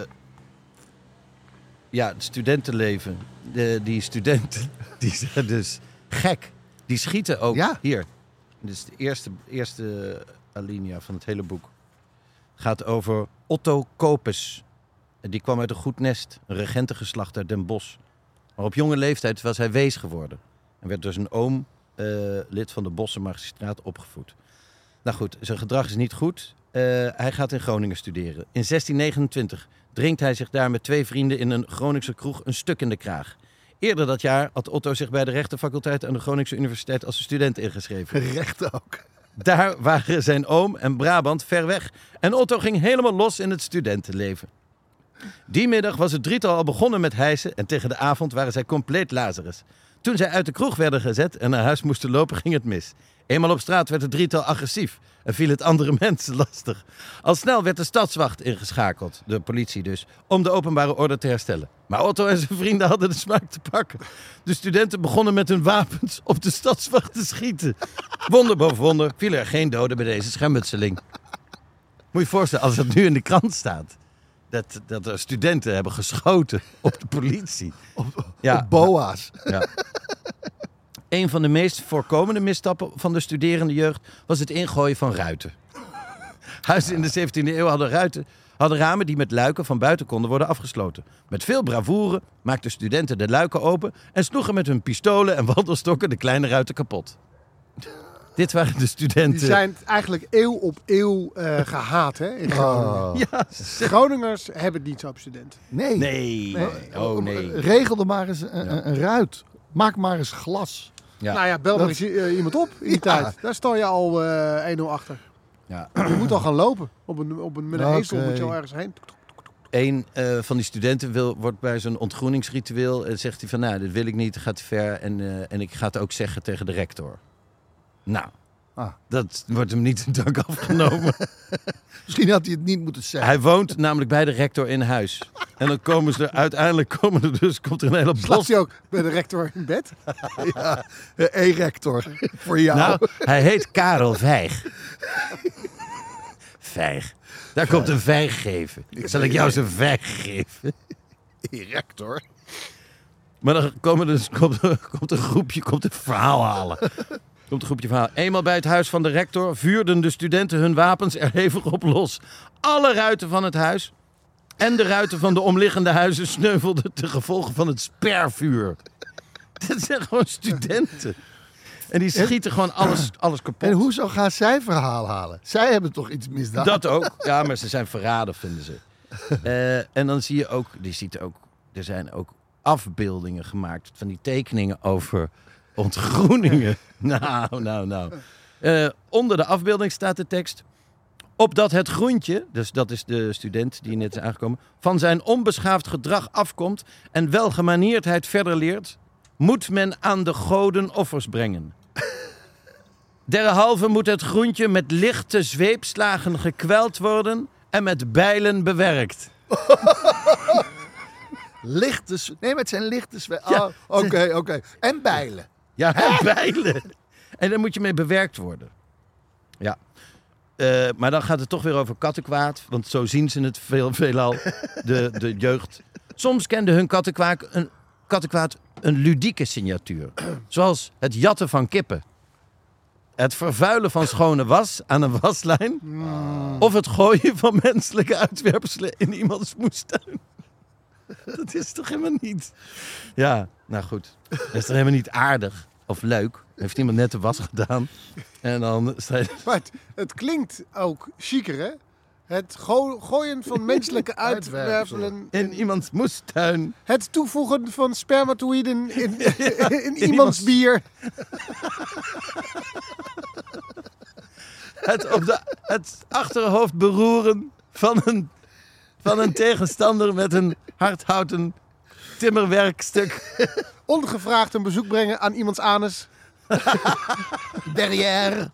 S5: ja, het studentenleven. De, die studenten, die zijn dus gek. Die schieten ook. Ja. Hier. Dit is de eerste, eerste alinea van het hele boek. Het gaat over Otto Kopes. Die kwam uit een goed nest, een regentengeslacht uit Den Bosch. Maar op jonge leeftijd was hij wees geworden. En werd door zijn oom, uh, lid van de Bosse magistraat, opgevoed. Nou goed, zijn gedrag is niet goed. Uh, hij gaat in Groningen studeren. In zestien negenentwintig drinkt hij zich daar met twee vrienden in een Groningse kroeg een stuk in de kraag. Eerder dat jaar had Otto zich bij de rechtenfaculteit aan de Groningse Universiteit als student ingeschreven.
S4: Rechten ook.
S5: Daar waren zijn oom en Brabant ver weg. En Otto ging helemaal los in het studentenleven. Die middag was het drietal al begonnen met hijsen en tegen de avond waren zij compleet Lazarus. Toen zij uit de kroeg werden gezet en naar huis moesten lopen, ging het mis. Eenmaal op straat werd het drietal agressief en viel het andere mensen lastig. Al snel werd de stadswacht ingeschakeld, de politie dus, om de openbare orde te herstellen. Maar Otto en zijn vrienden hadden de smaak te pakken. De studenten begonnen met hun wapens op de stadswacht te schieten. Wonder boven wonder vielen er geen doden bij deze schermutseling. Moet je je voorstellen, als dat nu in de krant staat. Dat, dat er studenten hebben geschoten op de politie.
S4: Op,
S5: ja,
S4: op boa's.
S5: Ja. Een van de meest voorkomende misstappen van de studerende jeugd was het ingooien van ruiten. Huizen in de zeventiende eeuw hadden, ruiten, hadden ramen die met luiken van buiten konden worden afgesloten. Met veel bravoure maakten studenten de luiken open en sloegen met hun pistolen en wandelstokken de kleine ruiten kapot. Dit waren de studenten.
S6: Die zijn eigenlijk eeuw op eeuw uh, gehaat, hè? In Groningen.
S4: Oh.
S5: Ja,
S6: Groningers hebben het niet zo op studenten.
S4: Nee.
S5: nee.
S6: Nee.
S5: Oh nee.
S4: Regel er maar eens een, een, een ruit. Maak maar eens glas.
S5: Ja.
S6: Nou ja, bel maar eens uh, iemand op in die
S4: Ja.
S6: tijd. Daar sta je al uh, één nul achter.
S5: Ja.
S6: Je moet al gaan lopen. Op een, op een, met een
S4: Oké.
S6: ezel moet je al ergens heen.
S5: Een uh, van die studenten wil, wordt bij zo'n ontgroeningsritueel en zegt hij van, nou, dit wil ik niet, gaat te ver en, uh, en ik ga het ook zeggen tegen de rector. Nou,
S4: Ah.
S5: dat wordt hem niet in dank afgenomen.
S4: Misschien had hij het niet moeten zeggen.
S5: Hij woont namelijk bij de rector in huis. En dan komen ze er uiteindelijk, komen er dus, komt er een hele
S6: Slaat
S5: bos.
S6: hij ook bij de rector in bed?
S4: Ja, E-rector. Voor jou.
S5: Nou, hij heet Karel Vijg. Vijg. Daar komt een vijg geven. Zal ik jou eens een vijg geven?
S4: E-rector.
S5: Maar dan komen er, komt, er, komt een groepje, komt een verhaal halen. Komt een groepje verhaal. Eenmaal bij het huis van de rector vuurden de studenten hun wapens er hevig op los. Alle ruiten van het huis en de ruiten van de omliggende huizen sneuvelden ten gevolge van het spervuur. Dat zijn gewoon studenten. En die schieten gewoon alles, alles kapot.
S4: En hoezo gaan zij verhaal halen? Zij hebben toch iets misdaan?
S5: Dat ook. Ja, maar ze zijn verraden, vinden ze. Uh, en dan zie je ook, je ziet ook, er zijn ook afbeeldingen gemaakt van die tekeningen over ontgroeningen. Nou, nou, nou. Uh, onder de afbeelding staat de tekst: opdat het groentje, dus dat is de student die net is aangekomen, van zijn onbeschaafd gedrag afkomt en welgemanierdheid verder leert, moet men aan de goden offers brengen. Derhalve moet het groentje met lichte zweepslagen gekweld worden en met bijlen bewerkt.
S4: Lichte... z- Nee, maar het zijn lichte... zwe-
S5: Ja.
S4: Oh, Oké, oké. Okay. En bijlen.
S5: Ja, en bijlen. En daar moet je mee bewerkt worden. Ja. Uh, maar dan gaat het toch weer over kattenkwaad. Want zo zien ze het veel, veelal, de, de jeugd. Soms kende hun kattenkwaad een, kattenkwaad een ludieke signatuur. Zoals het jatten van kippen. Het vervuilen van schone was aan een waslijn. Mm. Of het gooien van menselijke uitwerpselen in iemands moestuin. Dat is toch helemaal niet... Ja, nou goed. Dat is toch helemaal niet aardig of leuk. Heeft iemand net de was gedaan. En dan...
S6: Maar het, het klinkt ook chiquer, hè? Het go- gooien van menselijke uitwerpselen...
S5: In iemands moestuin.
S6: Het toevoegen van spermatoïden in, in, in iemands bier.
S5: Het op de, het achterhoofd beroeren van een, van een tegenstander met een hardhouten timmerwerkstuk.
S6: Ongevraagd een bezoek brengen aan iemands anus.
S4: Derrière.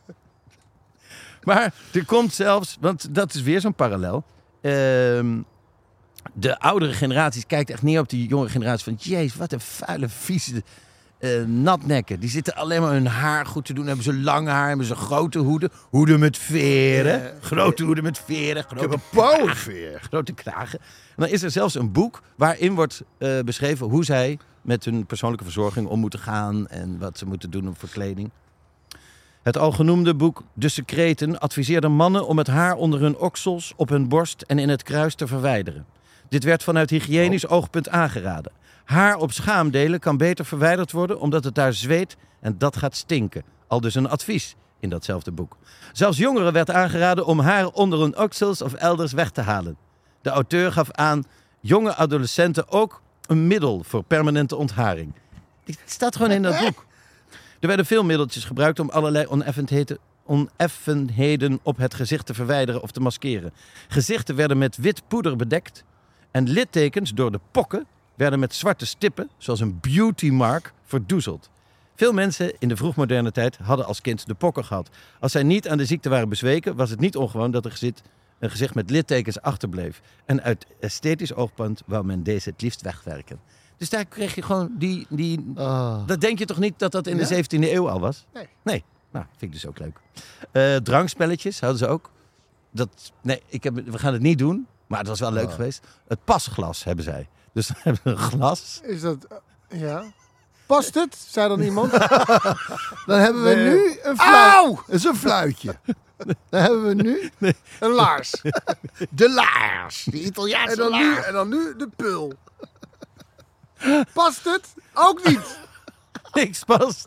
S5: Maar er komt zelfs, want dat is weer zo'n parallel. Uh, de oudere generaties kijkt echt neer op die jonge generatie van... Jezus, wat een vuile, vieze uh, natnekken. Die zitten alleen maar hun haar goed te doen. Hebben ze lang haar, hebben ze grote hoeden. Hoeden met veren. Uh, grote hoeden met veren. Grote
S4: ik heb een powerveer.
S5: Grote kragen. En dan is er zelfs een boek waarin wordt uh, beschreven hoe zij met hun persoonlijke verzorging om moeten gaan. En wat ze moeten doen voor kleding. Het algenoemde boek De Secreten adviseerde mannen om het haar onder hun oksels, op hun borst en in het kruis te verwijderen. Dit werd vanuit hygiënisch oh. oogpunt aangeraden. Haar op schaamdelen kan beter verwijderd worden omdat het daar zweet en dat gaat stinken. Al dus een advies in datzelfde boek. Zelfs jongeren werd aangeraden om haar onder hun oksels of elders weg te halen. De auteur gaf aan jonge adolescenten ook een middel voor permanente ontharing. Het staat gewoon in dat boek. Er werden veel middeltjes gebruikt om allerlei oneffenheden, oneffenheden op het gezicht te verwijderen of te maskeren. Gezichten werden met wit poeder bedekt en littekens door de pokken werden met zwarte stippen, zoals een beautymark, verdoezeld. Veel mensen in de vroegmoderne tijd hadden als kind de pokken gehad. Als zij niet aan de ziekte waren bezweken, was het niet ongewoon dat er gezicht, een gezicht met littekens achterbleef. En uit esthetisch oogpunt wou men deze het liefst wegwerken. Dus daar kreeg je gewoon die... die oh. Dat denk je toch niet dat dat in ja? de zeventiende eeuw al was?
S6: Nee.
S5: Nee. Nou, vind ik dus ook leuk. Uh, drankspelletjes hadden ze ook. Dat, nee, ik heb, we gaan het niet doen. Maar het was wel leuk oh. geweest. Het pasglas hebben zij. Dus dan hebben we een glas.
S6: Is dat... Uh, ja. Past het? Zei dan iemand.
S4: Dan hebben we nee. nu een fluit. Dat is een fluitje. Dan hebben we nu
S6: nee. een laars.
S4: De laars. De Italiaanse
S6: en dan
S4: laars.
S6: Nu, en dan nu de pul. Past het? Ook niet.
S5: Niks past.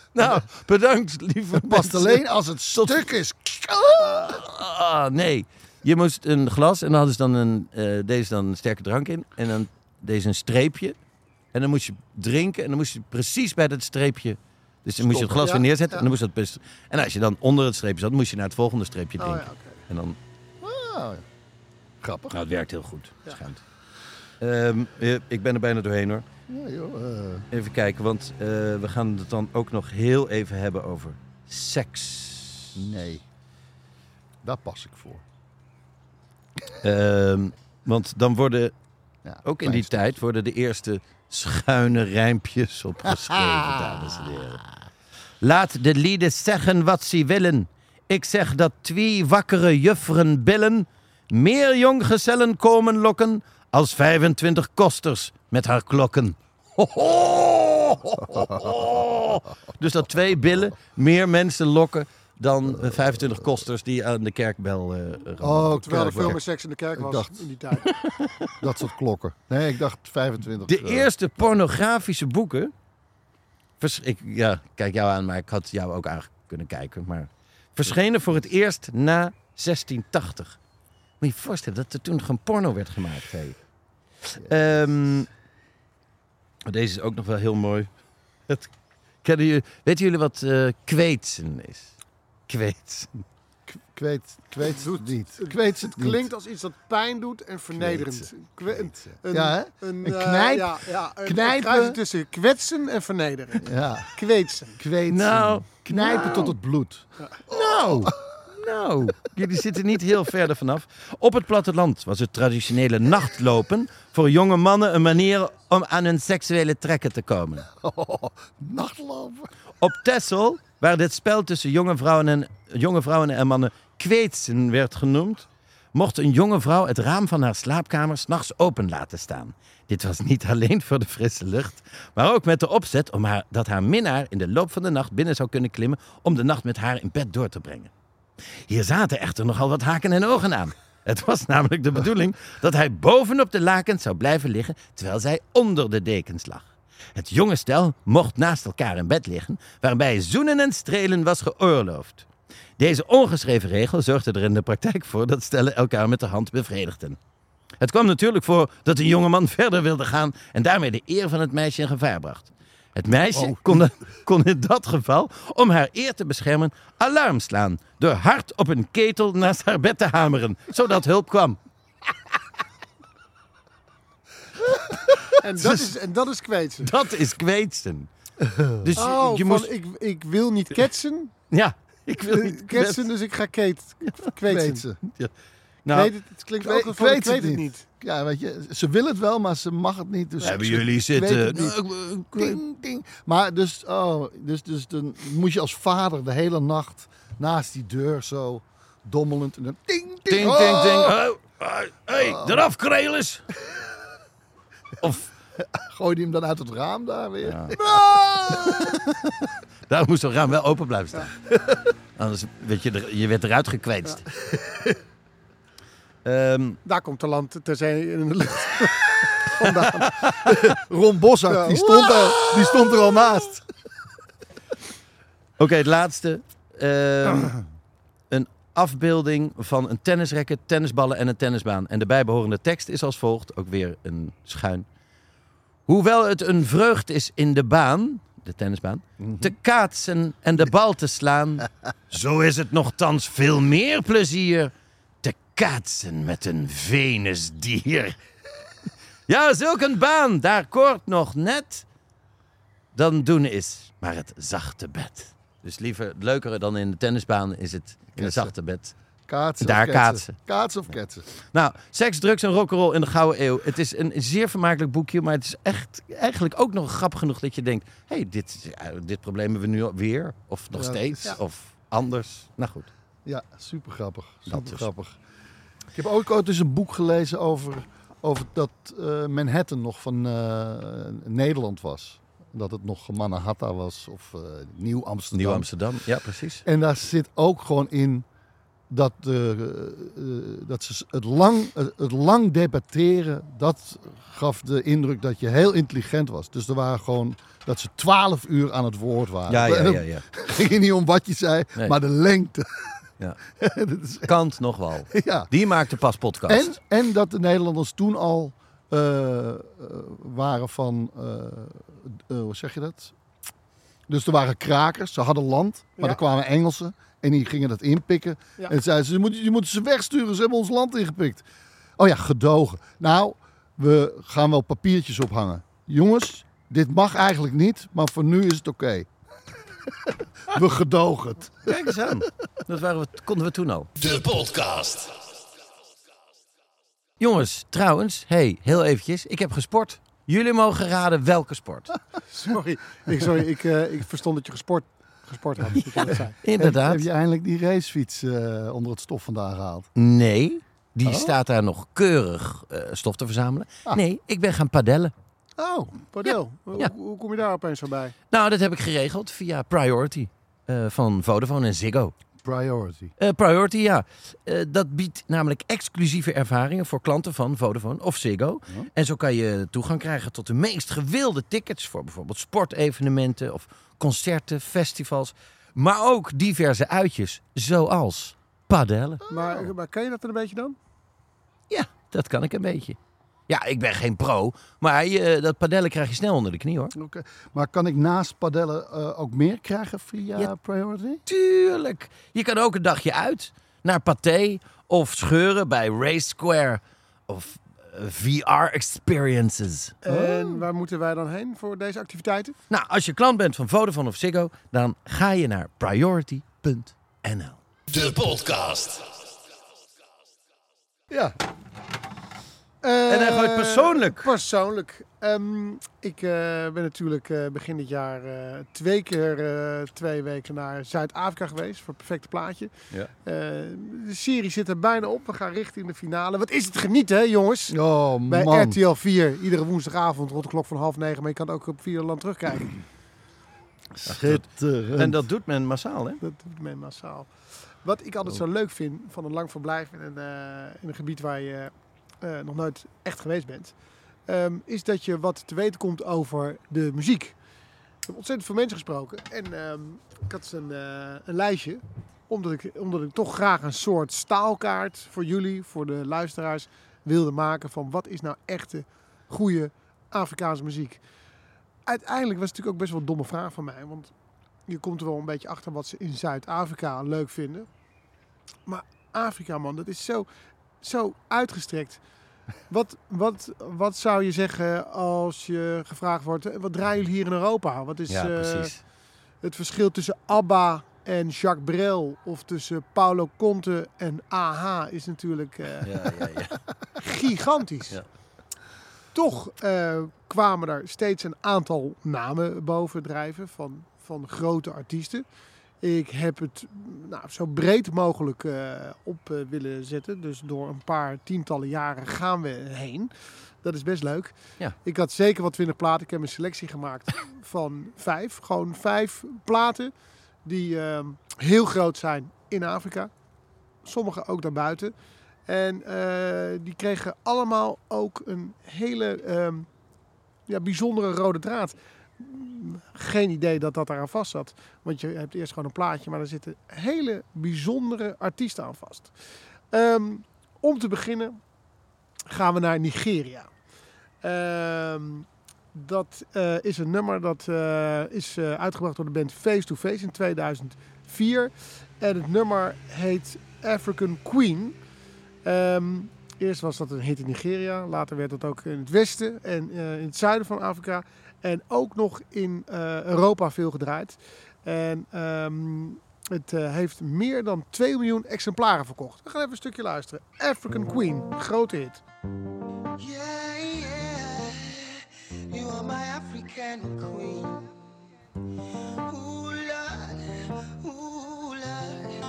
S5: Nou, bedankt, lieve
S4: Het past
S5: mensen.
S4: alleen als het stuk is.
S5: Ah, nee. Je moest een glas en dan hadden ze dan een, uh, deze dan een sterke drank in. En dan deze een streepje. En dan moest je drinken en dan moest je precies bij dat streepje... Dus dan moest je het glas
S6: Ja,
S5: weer neerzetten
S6: ja.
S5: en dan moest dat best... En als je dan onder het streepje zat, moest je naar het volgende streepje
S6: Oh,
S5: drinken.
S6: ja, oké.
S5: En dan...
S4: Ah, grappig.
S5: Nou, het werkt heel goed.
S6: Ja.
S5: Schijnt. Ehm, eh, ik ben er bijna doorheen hoor.
S4: Ja, joh, eh,
S5: Even kijken, want uh, we gaan het dan ook nog heel even hebben over seks.
S4: nee. Daar pas ik voor.
S5: Um, want dan worden,
S4: Ja,
S5: ook in die
S4: klein
S5: tijd, worden de eerste schuine rijmpjes opgeschreven, dames en heren. Laat de lieden zeggen wat ze willen. Ik zeg dat twee wakkere jufferen billen meer jonggezellen komen lokken als vijfentwintig kosters met haar klokken. Ho, ho, ho, ho. Dus dat twee billen meer mensen lokken dan vijfentwintig kosters die aan de kerkbel uh,
S4: Oh,
S6: Terwijl er veel
S4: kijk,
S6: meer seks in de kerk
S4: Ik
S6: was
S4: dacht-
S6: in die tijd.
S4: dat soort klokken. Nee, ik dacht vijfentwintig.
S5: De
S4: eh,
S5: eerste pornografische boeken... Vers, ik ja, kijk jou aan, maar ik had jou ook aan kunnen kijken. Maar verschenen voor het eerst na zestien tachtig. Moet je je voorstellen dat er toen gewoon porno werd gemaakt. Hey. Ehm, deze is ook nog wel heel mooi. Het, kennen jullie, weten jullie wat uh, kweetsen is? Kweetsen.
S4: Ik weet, ik weet het
S6: Doet-
S4: niet. Ik weet het
S6: Het klinkt als iets dat pijn doet en vernederend. Kwe- een, een,
S4: Ja, hè?
S6: Een,
S4: Een
S6: eh,
S4: knijp-
S6: ja, ja, een,
S4: knijpen.
S6: een kruising tussen kwetsen en vernederen.
S4: Ja,
S6: Kweetsen.
S4: kwetsen.
S5: Nou,
S4: Knijpen
S5: nou.
S4: tot het bloed.
S5: Nou, nou, jullie zitten niet heel verder vanaf. Op het platteland was het traditionele nachtlopen voor jonge mannen een manier om aan hun seksuele trekken te komen.
S4: Oh, nachtlopen.
S5: Op Texel, waar dit spel tussen jonge vrouwen en, jonge vrouwen en mannen kweetsen werd genoemd, mocht een jonge vrouw het raam van haar slaapkamer 's nachts open laten staan. Dit was niet alleen voor de frisse lucht, maar ook met de opzet om haar, dat haar minnaar in de loop van de nacht binnen zou kunnen klimmen om de nacht met haar in bed door te brengen. Hier zaten echter nogal wat haken en ogen aan. Het was namelijk de bedoeling dat hij bovenop de lakens zou blijven liggen terwijl zij onder de dekens lag. Het jonge stel mocht naast elkaar in bed liggen, waarbij zoenen en strelen was geoorloofd. Deze ongeschreven regel zorgde er in de praktijk voor dat stellen elkaar met de hand bevredigden. Het kwam natuurlijk voor dat een jongeman verder wilde gaan en daarmee de eer van het meisje in gevaar bracht. Het meisje
S4: Oh.
S5: kon, de- kon in dat geval, om haar eer te beschermen, alarm slaan door hard op een ketel naast haar bed te hameren, zodat hulp kwam.
S6: En dat is, en dat is kweetsen.
S5: Dat is kweetsen. Dus je-
S6: Oh,
S5: je
S6: van,
S5: moest...
S6: ik, ik wil niet ketsen,
S5: Ja, ik wil niet
S6: ketsen, dus ik ga keet, kweetsen.
S4: Kwetsen.
S5: Nou,
S6: Weet het, het klinkt
S4: Ik
S6: ook
S4: weet-
S6: van
S4: ik
S6: ik
S4: weet
S6: weet
S4: het
S6: het
S4: niet.
S6: niet.
S4: Ja, weet je, ze wil het wel, maar ze mag het niet. Dus
S5: hebben
S4: ze-
S5: jullie
S4: ik weet
S5: zitten...
S4: het niet.
S5: Nou, ik- ik-
S4: Ding, ding. Maar dus, oh, dus, dus dan moet je als vader de hele nacht naast die deur zo dommelend en dan ding, ding,
S5: Ting,
S4: oh!
S5: ting, ting. Oh, oh, hey, eraf, Krelis. Of,
S4: Gooi die hem dan uit het raam daar weer.
S5: Ja. daar moest het raam wel open blijven staan. Anders werd je, er, je werd eruit gekweetst. Ehm,
S6: Daar komt de land ter zee in de lucht vandaan.
S4: Ron Boshart,
S6: Ja.
S4: die, stond er, die stond er al naast.
S5: Oké, het laatste. Ehm, een afbeelding van een tennisracket, tennisballen en een tennisbaan. En de bijbehorende tekst is als volgt, ook weer een schuin. Hoewel het een vreugd is in de baan, de tennisbaan, te kaatsen en de bal te slaan, zo is het nochtans veel meer plezier te kaatsen met een Venusdier. Ja, zulk een baan, daar koort nog net dan doen is maar het zachte bed. Dus liever leukere dan in de tennisbaan is het in het
S4: Ketsen.
S5: zachte bed.
S4: Kaatsen
S5: Daar
S4: of ketsen.
S5: kaatsen.
S4: Kaatsen of ketsen.
S5: Nou, seks, drugs en rock'n'roll in de Gouden Eeuw. Het is een zeer vermakelijk boekje, maar het is echt eigenlijk ook nog grappig genoeg dat je denkt, hé, hey, dit, ja, dit probleem hebben we nu weer, of nog
S4: Ja,
S5: steeds,
S4: ja.
S5: of anders. Nou goed.
S4: Ja, super grappig.
S5: Dat
S4: Super
S5: dus.
S4: grappig. Ik heb ook ooit eens een boek gelezen over, over dat eh, Manhattan nog van eh, Nederland was. Dat het nog Manhattan was of eh, Nieuw Amsterdam.
S5: Nieuw Amsterdam, ja precies.
S4: En daar zit ook gewoon in dat, uh, uh, dat ze het lang, uh, het lang debatteren, dat gaf de indruk dat je heel intelligent was. Dus er waren gewoon dat ze twaalf uur aan het woord waren.
S5: Ja, ja, ja. ja.
S4: Het ging niet om wat je zei, nee. maar de lengte.
S5: Ja.
S4: is...
S5: Kant nog wel.
S4: Ja.
S5: Die maakte pas podcast.
S4: En, en dat de Nederlanders toen al uh, uh, waren van, uh, uh, hoe zeg je dat? Dus er waren krakers, ze hadden land, maar
S6: Ja.
S4: er kwamen Engelsen en die gingen dat inpikken.
S6: Ja.
S4: En zeiden ze, je moet, je moet ze wegsturen, ze hebben ons land ingepikt. Oh ja, gedogen. Nou, we gaan wel papiertjes ophangen. Jongens, dit mag eigenlijk niet, maar voor nu is het oké. Okay. We gedogen het.
S5: Kijk eens aan. Dat waren we, konden we toen al.
S1: De podcast.
S5: Jongens, trouwens, hey, heel eventjes. Ik heb gesport. Jullie mogen raden welke sport.
S6: Sorry, ik, sorry ik, uh, ik verstond dat je gesport, gesport had. Dat je dat zei.
S5: Inderdaad.
S4: Heb, heb je eindelijk die racefiets uh, onder het stof vandaan gehaald?
S5: Nee, die
S4: Oh?
S5: staat daar nog keurig uh, stof te verzamelen.
S4: Ah.
S5: Nee, ik ben gaan padellen.
S6: Oh, padel.
S5: Ja.
S6: Hoe,
S5: Ja.
S6: hoe kom je daar opeens zo bij?
S5: Nou, dat heb ik geregeld via Priority uh, van Vodafone en Ziggo.
S4: Priority.
S5: Uh, Priority, ja. Uh, dat biedt namelijk exclusieve ervaringen voor klanten van Vodafone of Ziggo.
S4: Ja.
S5: En zo kan je toegang krijgen tot de meest gewilde tickets voor bijvoorbeeld sportevenementen of concerten, festivals. Maar ook diverse uitjes, zoals padellen.
S6: Maar, maar kan je dat er een beetje dan?
S5: Ja, dat kan ik een beetje. Ja, ik ben geen pro, maar je, dat padellen krijg je snel onder de knie, hoor.
S4: Okay. Maar kan ik naast padellen uh, ook meer krijgen via
S5: Ja.
S4: Priority?
S5: Tuurlijk. Je kan ook een dagje uit naar Pathé of scheuren bij Race Square of uh, V R-experiences.
S6: En waar moeten wij dan heen voor deze activiteiten?
S5: Nou, als je klant bent van Vodafone of Ziggo, dan ga je naar priority punt n l.
S1: De podcast.
S6: Ja.
S5: En hij gooit persoonlijk.
S6: Persoonlijk. Um, ik uh, ben natuurlijk uh, begin dit jaar uh, twee keer uh, twee weken naar Zuid-Afrika geweest voor het perfecte plaatje.
S5: Ja.
S6: Uh, de serie zit er bijna op. We gaan richting de finale. Wat is het genieten, hè, jongens?
S4: Oh,
S6: Bij
S4: man.
S6: R T L vier, iedere woensdagavond rond de klok van half negen. Maar je kan het ook op Videoland terugkijken.
S4: Schitterend.
S5: En dat doet men massaal, hè?
S6: Dat doet men massaal. Wat ik altijd zo leuk vind van een lang verblijf in een, uh, in een gebied waar je uh, nog nooit echt geweest bent, um, is dat je wat te weten komt over de muziek. Ik heb ontzettend veel mensen gesproken en um, ik had een, uh, een lijstje, omdat ik, omdat ik toch graag een soort staalkaart voor jullie, voor de luisteraars, wilde maken van wat is nou echte, goede Afrikaanse muziek. Uiteindelijk was het natuurlijk ook best wel een domme vraag van mij, want je komt er wel een beetje achter wat ze in Zuid-Afrika leuk vinden. Maar Afrika, man, dat is zo, zo uitgestrekt. Wat, wat, wat zou je zeggen als je gevraagd wordt, wat draaien jullie hier in Europa? Wat is
S5: Ja,
S6: uh,
S5: precies.
S6: het verschil tussen ABBA en Jacques Brel of tussen Paulo Conte en A H is natuurlijk uh,
S5: Ja, ja, ja.
S6: gigantisch.
S5: Ja.
S6: Toch uh, kwamen er steeds een aantal namen boven drijven van, van grote artiesten. Ik heb het nou, zo breed mogelijk uh, op uh, willen zetten. Dus door een paar tientallen jaren gaan we heen. Dat is best leuk.
S5: Ja.
S6: Ik had zeker wat twintig platen. Ik heb een selectie gemaakt van vijf. Gewoon vijf platen die uh, heel groot zijn in Afrika. Sommige ook daarbuiten. En uh, die kregen allemaal ook een hele um, ja, bijzondere rode draad. Geen idee dat dat daaraan vast zat. Want je hebt eerst gewoon een plaatje, maar er zitten hele bijzondere artiesten aan vast. Um, om te beginnen gaan we naar Nigeria. Um, dat uh, is een nummer dat uh, is uh, uitgebracht door de band Face to Face in tweeduizend vier. En het nummer heet African Queen. Um, eerst was dat een hit in Nigeria. Later werd het ook in het westen en uh, in het zuiden van Afrika. En ook nog in uh, Europa veel gedraaid. En um, het uh, heeft meer dan twee miljoen exemplaren verkocht. We gaan even een stukje luisteren. African Queen, grote hit.
S8: Yeah, yeah, you are my African queen. Ooh, Lord, ooh, Lord.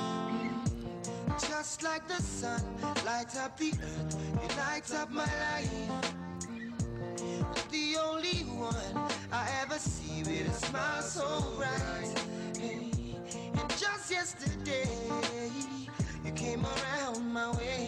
S8: Just like the sun, light up the earth, you light up my life. The only one I ever see with a smile so bright. And just yesterday, you came around my way.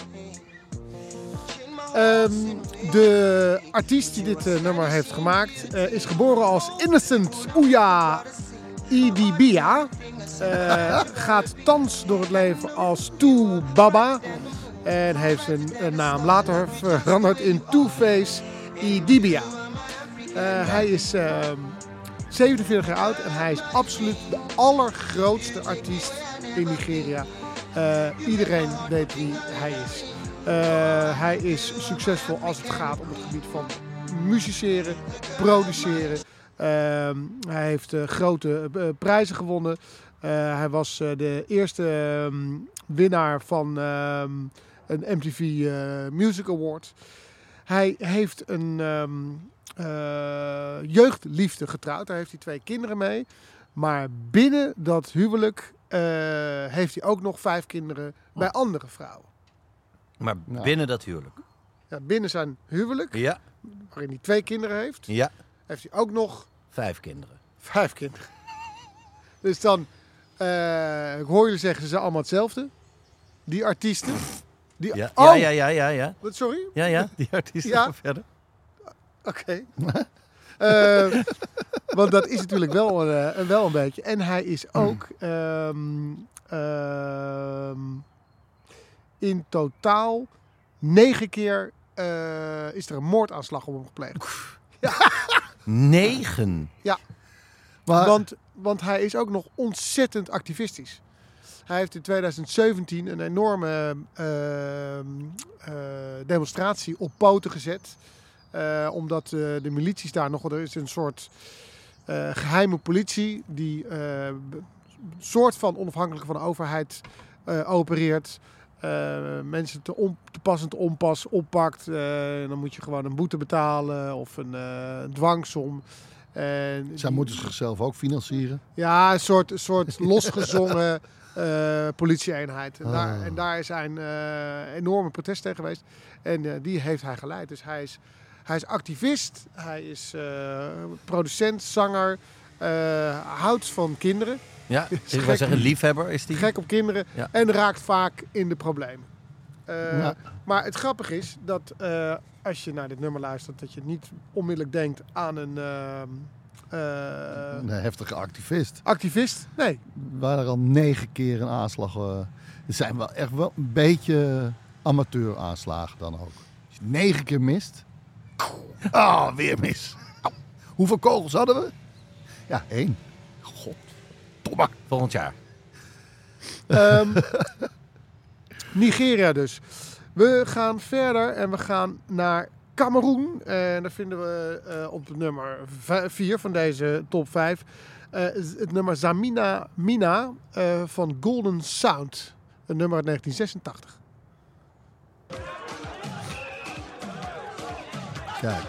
S6: Um, de artiest die dit uh, nummer heeft gemaakt uh, is geboren als Innocent Uya Idibia. Uh, gaat thans door het leven als Two Baba. En heeft zijn uh, naam later veranderd in Two-Face Idibia. Uh, hij is uh, zevenenveertig jaar oud en hij is absoluut de allergrootste artiest in Nigeria. Uh, iedereen weet wie hij is. Uh, hij is succesvol als het gaat om het gebied van musiceren, produceren. Uh, hij heeft uh, grote uh, prijzen gewonnen. Uh, hij was uh, de eerste uh, winnaar van uh, een M T V uh, Music Award. Hij heeft een um, uh, jeugdliefde getrouwd. Daar heeft hij twee kinderen mee. Maar binnen dat huwelijk uh, heeft hij ook nog vijf kinderen bij andere vrouwen.
S5: Maar
S4: Ja.
S5: binnen dat huwelijk.
S6: Ja, binnen zijn huwelijk,
S5: Ja.
S6: waarin hij twee kinderen heeft,
S5: Ja.
S6: heeft hij ook nog
S5: Vijf kinderen.
S6: vijf kinderen. Dus dan, uh, ik hoor jullie zeggen, ze zijn allemaal hetzelfde. Die artiesten. Die,
S5: Ja.
S6: oh,
S5: Ja, ja, ja, ja, ja.
S6: wat, sorry?
S5: Ja, ja. Die artiesten
S6: Ja.
S5: gaan verder.
S6: Oké. Uh, want dat is natuurlijk wel een, uh, wel een beetje. En hij is ook um, um, in totaal negen keer uh, is er een moordaanslag op hem gepleegd.
S5: Negen.
S6: Ja.
S4: Maar,
S6: Want, want hij is ook nog ontzettend activistisch. Hij heeft in tweeduizend zeventien een enorme uh, uh, demonstratie op poten gezet. Uh, omdat uh, de milities daar nog... Er is een soort uh, geheime politie die uh, een soort van onafhankelijk van de overheid uh, opereert. Uh, mensen te, on, te pas en te onpas oppakt. Uh, dan moet je gewoon een boete betalen of een uh, dwangsom. En
S4: zij moeten zichzelf ook financieren.
S6: Ja, een soort, een soort losgezongen uh, politie-eenheid. En,
S4: Ah.
S6: daar, en daar is een uh, enorme protest tegen geweest. En uh, die heeft hij geleid. Dus hij is, hij is activist, hij is uh, producent, zanger, uh, houdt van kinderen.
S5: Ja,
S6: Is
S5: ik wil
S6: gek.
S5: zeggen liefhebber is die.
S6: Gek op kinderen
S5: Ja.
S6: en raakt vaak in de problemen. Uh,
S4: Ja.
S6: Maar het grappige is dat uh, als je naar dit nummer luistert, dat je niet onmiddellijk denkt aan een uh, uh,
S4: Een heftige activist.
S6: activist. Nee,
S4: Er waren er al negen keer een aanslag. Uh, er zijn wel echt wel een beetje amateur aanslagen dan ook. Als je negen keer mist. Ah, weer mis. Au. Hoeveel kogels hadden we? Ja, één. God. Tomme.
S5: Volgend jaar.
S6: Um, Nigeria dus. We gaan verder en we gaan naar Kameroen. En daar vinden we uh, op het nummer vier van deze top vijf uh, het nummer Zamina Mina uh, van Golden Sound. Een nummer uit negentien zesentachtig.
S4: Kijk.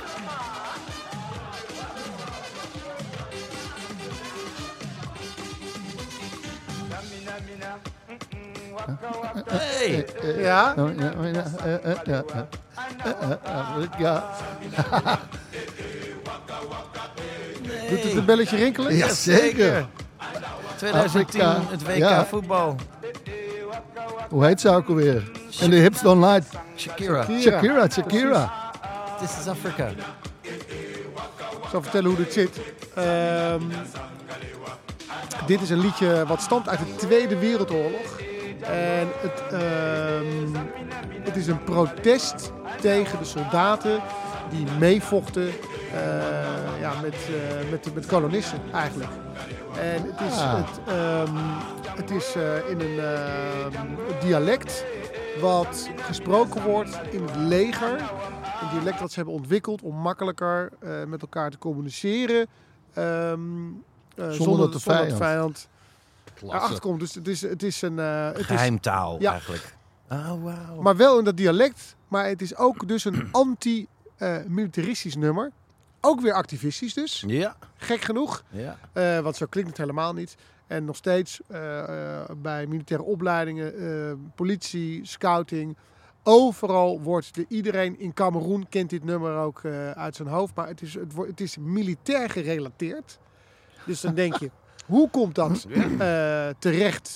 S5: Hey.
S6: Ja?
S4: Ja, ja, ja, ja, ja, ja. Ja.
S6: Doet het een belletje rinkelen?
S4: Ja, zeker.
S5: twintig tien,
S4: Afrika.
S5: het W K
S4: Ja.
S5: voetbal.
S4: Hoe heet ze ook alweer? En de hips don't lie.
S5: Shakira.
S4: Shakira, Shakira.
S5: This is Africa.
S6: Ik zal vertellen hoe dit zit. Um, dit is een liedje wat stamt uit de Tweede Wereldoorlog. En het, um, het is een protest tegen de soldaten die meevochten uh, ja, met, uh, met, met kolonisten eigenlijk. En het is,
S4: Ah.
S6: het, um, het is uh, in een uh, dialect wat gesproken wordt in het leger. Een dialect dat ze hebben ontwikkeld om makkelijker uh, met elkaar te communiceren. Um, uh, zonder,
S4: dat de
S6: zonder dat de
S4: vijand-
S6: vijand erachter komt. Dus het is, het is een... Uh, het is,
S5: Geheimtaal
S6: Ja.
S5: eigenlijk. Oh, wauw.
S6: maar wel in dat dialect. Maar het is ook dus een anti-militaristisch uh, nummer. Ook weer activistisch dus.
S5: Ja.
S6: Gek genoeg.
S5: Ja.
S6: Uh, want zo klinkt het helemaal niet. En nog steeds uh, uh, bij militaire opleidingen, uh, politie, scouting. Overal wordt de, iedereen in Kameroen kent dit nummer ook uh, uit zijn hoofd. Maar het is, het, wordt, het is militair gerelateerd. Dus dan denk je, hoe komt dat uh, terecht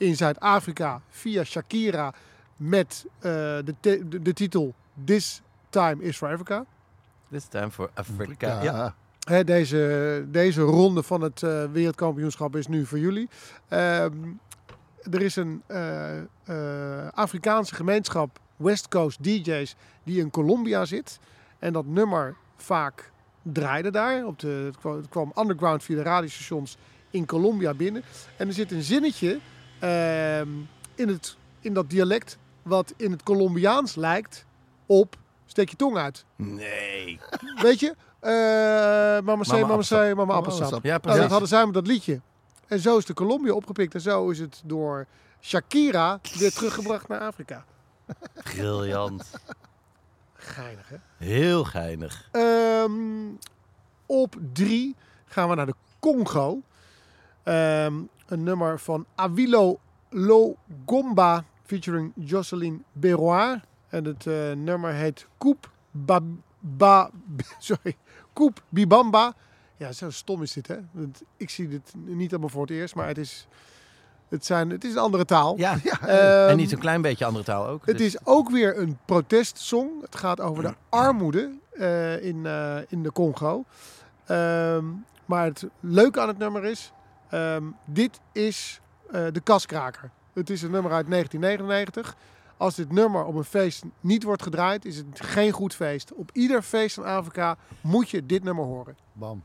S6: in Zuid-Afrika via Shakira met uh, de, te- de, de titel This Time is for Africa.
S5: This time for Africa.
S4: Ja.
S5: Ja.
S6: Hè, deze, deze ronde van het uh, wereldkampioenschap is nu voor jullie. Um, er is een uh, uh, Afrikaanse gemeenschap, West Coast D J's, die in Colombia zit. En dat nummer vaak draaide daar. Op de, het, kwam, het kwam underground via de radiostations in Colombia binnen. En er zit een zinnetje uh, in, het, in dat dialect wat in het Colombiaans lijkt op steek je tong uit.
S5: Nee.
S6: Weet je? Uh, mama zei, mama zei, mama appelsap.
S5: Ja,
S6: Nou,
S5: precies.
S6: dat hadden zij met dat liedje. En zo is de Colombia opgepikt. En zo is het door Shakira weer teruggebracht naar Afrika.
S5: Briljant.
S6: Geinig, hè?
S5: Heel geinig.
S6: Um, op drie gaan we naar de Congo. Um, een nummer van Awilo Logomba featuring Jocelyn Beroir. En het uh, nummer heet Coupe Ba... ba sorry. Coupe Bibamba. Ja, zo stom is dit, hè? Want ik zie dit niet allemaal voor het eerst, maar het is, het zijn, het is een andere taal.
S5: Ja,
S6: Um,
S5: en niet een klein beetje andere taal ook.
S6: Het
S5: Dus-
S6: is ook weer een protestsong. Het gaat over de armoede uh, in, uh, in de Congo. Um, maar het leuke aan het nummer is, um, dit is uh, de kaskraker. Het is een nummer uit negentien negenennegentig. Als dit nummer op een feest niet wordt gedraaid, is het geen goed feest. Op ieder feest in Afrika moet je dit nummer horen.
S4: Bam.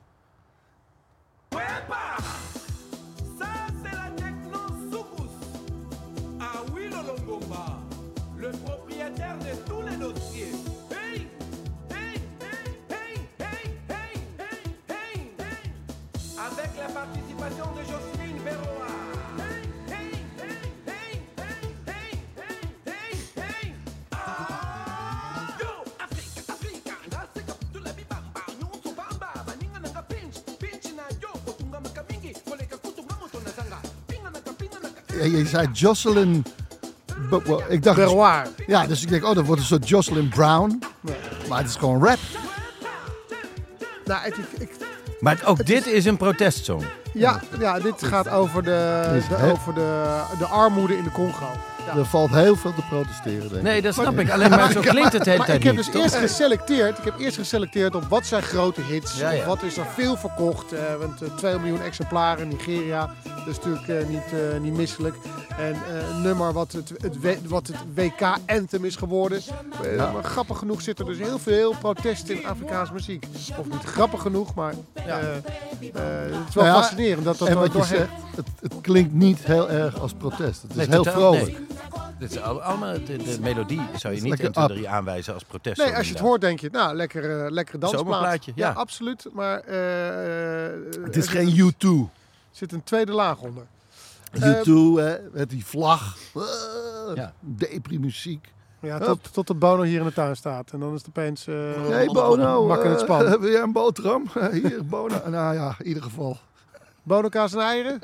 S9: Ça, c'est la techno soukous. Awilo Longomba, le propriétaire de tous les dossiers. Hey, hey, hey, hey, hey, hey, hey, hey, hey. Avec la participation de Jocelyne Berroa. Hey, hey, hey, hey, hey, hey, hey, hey, hey. Ah, yo, Afrika, Afrika, nasi kapitula bibamba, nyuso bamba, baninga nanga pinch, pinch na yo, kotunga makamingi, koleka kutunga moto na zanga, pinga naka, pinga naka.
S4: Ja, je zei Jocelyn... Be- well, ik dacht...
S6: Berroir.
S4: Ja, dus ik denk, oh, dat wordt een soort Jocelyn Brown. Maar het is gewoon rap.
S6: Nou, het, ik, ik,
S5: Maar het- ook dit is een protestsong.
S6: ja, ja, dit gaat over de,
S4: Is
S6: de,
S4: het-
S6: over de, de armoede in de Congo. Ja.
S4: Er valt heel veel te protesteren, denk ik.
S5: Nee, dat snap ik. Alleen maar zo klinkt het de hele
S6: Maar
S5: tijd
S6: ik heb
S5: niet.
S6: dus
S5: toch?
S6: eerst geselecteerd. Ik heb eerst geselecteerd op wat zijn grote hits.
S5: Ja, ja.
S6: Of wat is er veel verkocht. Uh, want uh, twee miljoen exemplaren in Nigeria. Dat is natuurlijk uh, niet, uh, niet misselijk. En uh, een nummer wat het, het, w- wat het W K-anthem is geworden. Uh,
S4: Ja.
S6: Maar grappig genoeg zit er dus heel veel protest in Afrikaanse muziek. Of niet grappig genoeg, maar uh, uh, het is wel
S4: Nou ja,
S6: fascinerend dat dat
S4: en
S6: er
S4: wat je
S6: doorheen...
S4: zegt, het, het klinkt niet heel erg als protest. Het is
S5: Nee,
S4: heel
S5: totaal-
S4: vrolijk.
S5: nee. Dit is al- allemaal, de, de melodie zou je
S4: is
S5: niet
S4: lekker
S5: in twee
S4: up.
S5: drie aanwijzen als protest.
S6: Nee, als je het hoort denk je, nou, lekker, uh, lekkere dansplaat.
S5: Zomerplaatje, ja.
S6: absoluut. Maar uh,
S4: Het is
S6: er
S4: geen
S6: zit-
S4: U twee.
S6: Er zit een tweede laag onder.
S4: U twee, hè, met die vlag.
S5: Ja.
S4: Depri-muziek.
S6: Ja, tot, tot de Bono hier in de tuin staat. En dan is het opeens uh,
S4: Nee, Bono.
S6: mak in het
S4: eh,
S6: span.
S4: Wil jij een boterham? Hier, Bono. Nou ja, in ieder geval.
S6: Bono, kaas en eieren.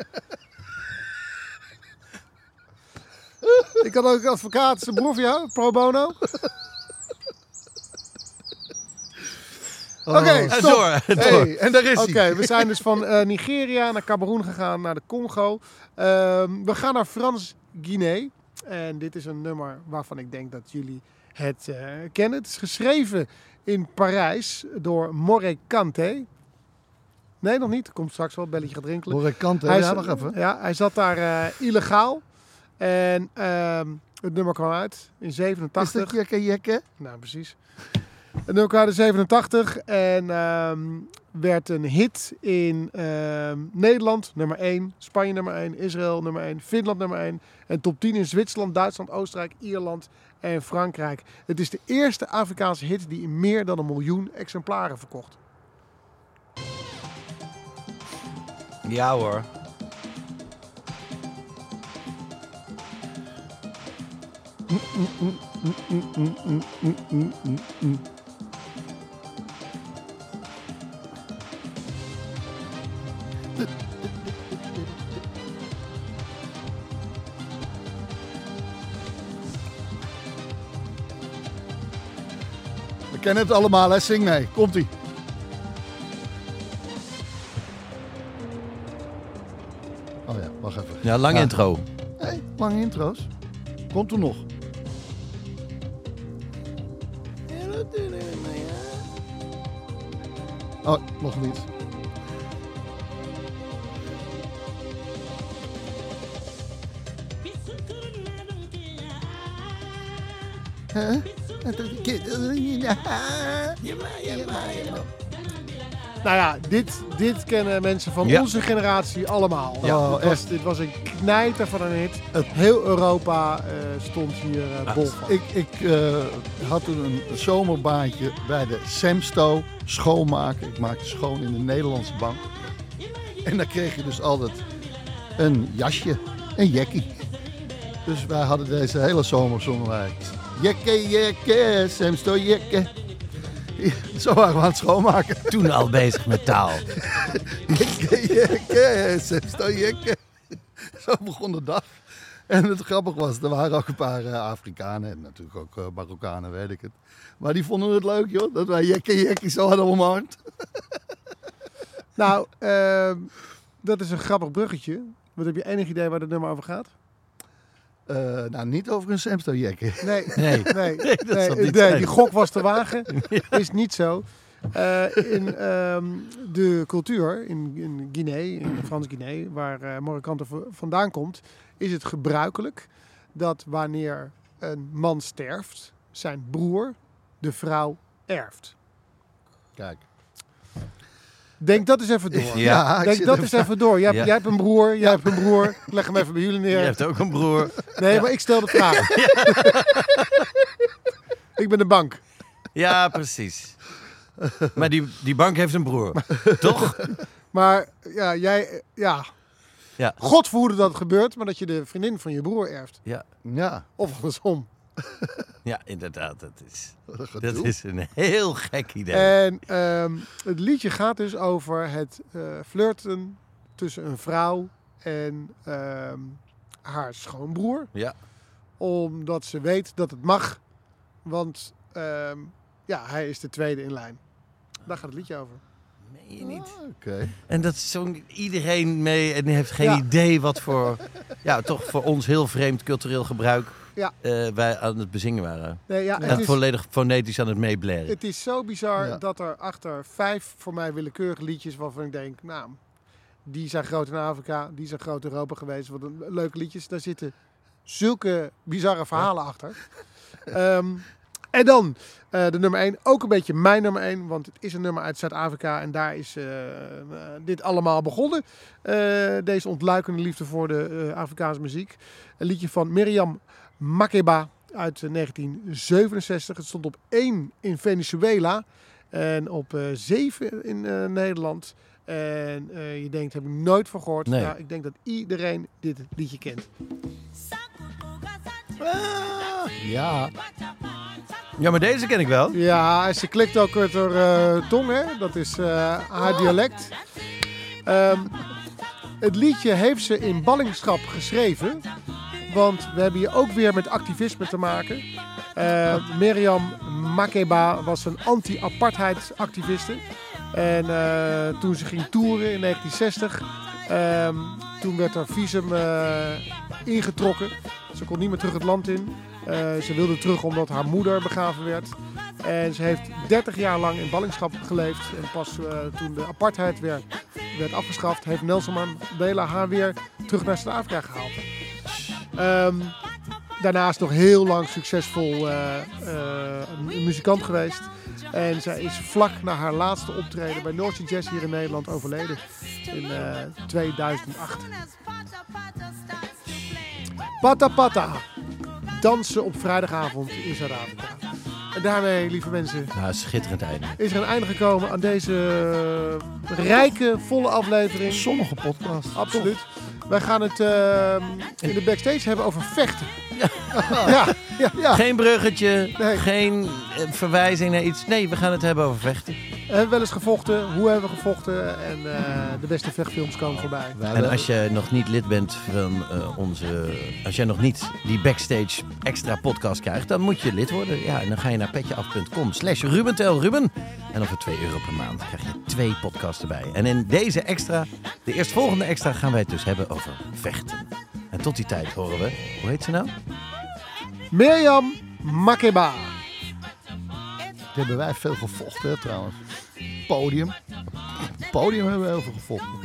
S6: Ik had ook een advocaat, zijn broer van jou, pro bono. Oké,
S4: Oh.
S6: stop.
S5: Door, door.
S4: Hey, en daar is
S6: Oké,
S4: hij.
S6: we zijn dus van uh, Nigeria naar Cameroen gegaan, naar de Congo. Um, we gaan naar Frans-Guinea. En dit is een nummer waarvan ik denk dat jullie het uh, kennen. Het is geschreven in Parijs door Moré Kanté. Nee, nog niet. Komt straks wel, belletje gaat rinkelen.
S4: Hoor ik kant, hè?
S6: Hij,
S4: Ja,
S6: is-
S4: nog even.
S6: ja, hij zat daar uh, illegaal. En um, het nummer kwam uit in
S4: Is
S6: zevenentachtig.
S4: dat jekke jekke?
S6: Nou, precies. Het nummer kwam uit in zevenentachtig en um, werd een hit in um, Nederland, nummer één. Spanje nummer één, Israël nummer één, Finland nummer één. En top tien in Zwitserland, Duitsland, Oostenrijk, Ierland en Frankrijk. Het is de eerste Afrikaanse hit die in meer dan een miljoen exemplaren verkocht.
S5: Ja hoor.
S4: We kennen het allemaal, hè? Zing mee. Komt-ie. Oh ja, wacht even.
S5: Ja, lang
S4: Ja.
S5: intro.
S4: Hey. Lange intro's. Komt er nog. Oh, nog niet. Huh?
S6: Nou ja, dit, dit kennen mensen van
S5: Ja.
S6: onze generatie allemaal.
S4: Ja,
S6: dit, was, dit was een knijter van een hit. Heel Europa uh, stond hier uh, bol van.
S4: Ik, ik uh, had toen een zomerbaantje bij de Semsto schoonmaken. Ik maakte schoon in de Nederlandse bank. En dan kreeg je dus altijd een jasje, een jekkie. Dus wij hadden deze hele zomer zongen wij. Jekke, jekke, Semsto, jekke. Zo waren we aan het schoonmaken.
S5: Toen al bezig met taal.
S4: Jekke, jekke, Semsto, jekke. Zo begon de dag. En het grappige was, er waren ook een paar uh, Afrikanen en natuurlijk ook uh, Marokkanen, weet ik het. Maar die vonden het leuk, joh, dat wij jekke, jekke zo hadden omarmd.
S6: Nou, uh, dat is een grappig bruggetje. Wat heb je enig idee waar het nummer over gaat?
S4: Uh, nou, niet over een Semsto-jekke.
S6: Nee,
S5: Nee.
S6: nee, nee,
S5: Nee, dat
S6: nee,
S5: zal niet
S6: nee,
S5: zijn.
S6: die gok was te wagen. Is niet zo. Uh, in um, de cultuur in, in Guinea, in Frans-Guinea, waar uh, Marokkanten v- vandaan komt, is het gebruikelijk dat wanneer een man sterft, zijn broer de vrouw erft.
S4: Kijk.
S6: Denk dat eens even door.
S5: Ja,
S4: Ja, ik
S6: Denk
S4: zit
S6: dat
S4: even-
S6: eens even door. Jij, hebt-
S5: Ja.
S6: jij hebt een broer, jij hebt een broer. Leg hem even bij jullie
S5: Je
S6: neer.
S5: hebt ook een broer.
S6: Nee, maar ik stel de vraag. Ik ben de bank.
S5: Ja, precies. Maar die, die bank heeft een broer. Toch?
S6: Maar ja, jij, ja.
S5: Ja.
S6: God verhoede dat het gebeurt, maar dat je de vriendin van je broer erft.
S5: Ja,
S4: Ja,
S6: Of andersom.
S5: ja inderdaad. Dat is,
S4: wat een
S5: dat
S4: gedoe.
S5: is een heel gek idee.
S6: En ehm, het liedje gaat dus over het uh, flirten tussen een vrouw en ehm, haar schoonbroer.
S5: Ja.
S6: Omdat ze weet dat het mag. Want ehm, ja, hij is de tweede in lijn. Daar gaat het liedje over.
S5: Meen je niet?
S4: Ah, Oké.
S5: En dat zong iedereen mee en die heeft geen
S6: Ja.
S5: idee wat voor, ja, toch voor ons heel vreemd cultureel gebruik
S6: Ja.
S5: eh, wij aan het bezingen waren.
S6: Nee, ja,
S5: En
S6: het, is,
S5: volledig fonetisch aan het meeblaren.
S6: het is zo bizar
S4: Ja.
S6: dat er achter vijf voor mij willekeurige liedjes waarvan ik denk, nou, die zijn groot in Afrika, die zijn groot in Europa geweest. Wat een leuke liedjes. Daar zitten zulke bizarre verhalen achter. Ehm, en dan uh, de nummer één, ook een beetje mijn nummer één, want het is een nummer uit Zuid-Afrika en daar is uh, uh, dit allemaal begonnen. Uh, deze ontluikende liefde voor de uh, Afrikaanse muziek. Een liedje van Miriam Makeba uit uh, negentien zevenenzestig. Het stond op één in Venezuela en op uh, zeven in uh, Nederland. En uh, je denkt, heb ik nooit van gehoord.
S5: Nee.
S6: Nou, ik denk dat iedereen dit liedje kent.
S4: Ja,
S5: Ja, maar deze ken ik wel.
S6: Ja, en ze klikt ook met haar uh, tong, hè? Dat is uh, haar dialect. Um, het liedje heeft ze in ballingschap geschreven. Want we hebben hier ook weer met activisme te maken. Uh, Miriam Makeba was een anti-apartheidsactiviste. En uh, toen ze ging toeren in negentien zestig, um, toen werd haar visum uh, ingetrokken. Ze kon niet meer terug het land in. Uh, ze wilde terug omdat haar moeder begraven werd. En ze heeft dertig jaar lang in ballingschap geleefd. En pas uh, toen de apartheid weer werd afgeschaft, heeft Nelson Mandela haar weer terug naar Zuid-Afrika gehaald. Um, daarnaast nog heel lang succesvol uh, uh, een muzikant geweest. En zij is vlak na haar laatste optreden bij North Sea Jazz hier in Nederland overleden. In uh, tweeduizend acht. Pata Pata. Dansen op vrijdagavond in Zuid-Afrika. En daarmee, lieve mensen,
S5: Nou, schitterend einde.
S6: is er een einde gekomen aan deze rijke, volle aflevering.
S4: sommige podcasts.
S6: Absoluut. Wij gaan het uh, in de backstage hebben over vechten. Ja, ja, ja. ja.
S5: Geen bruggetje,
S6: Nee.
S5: geen eh, verwijzing naar iets. Nee, we gaan het hebben over vechten.
S6: Hebben we wel eens gevochten? Hoe hebben we gevochten? En uh, de beste vechtfilms komen voorbij.
S4: We
S5: En
S4: hebben-
S5: als je nog niet lid bent van uh, onze... Als jij nog niet die backstage extra podcast krijgt, dan moet je lid worden. Ja, en dan ga je naar petjeaf.com slash Rubentel Ruben. En dan voor twee euro per maand krijg je twee podcasts erbij. En in deze extra, de eerstvolgende extra, gaan wij het dus hebben over vechten. En tot die tijd horen we. Hoe heet ze nou?
S6: Mirjam Makeba.
S4: Dat hebben wij veel gevochten, hè, trouwens. Podium. Podium hebben we heel veel gevochten.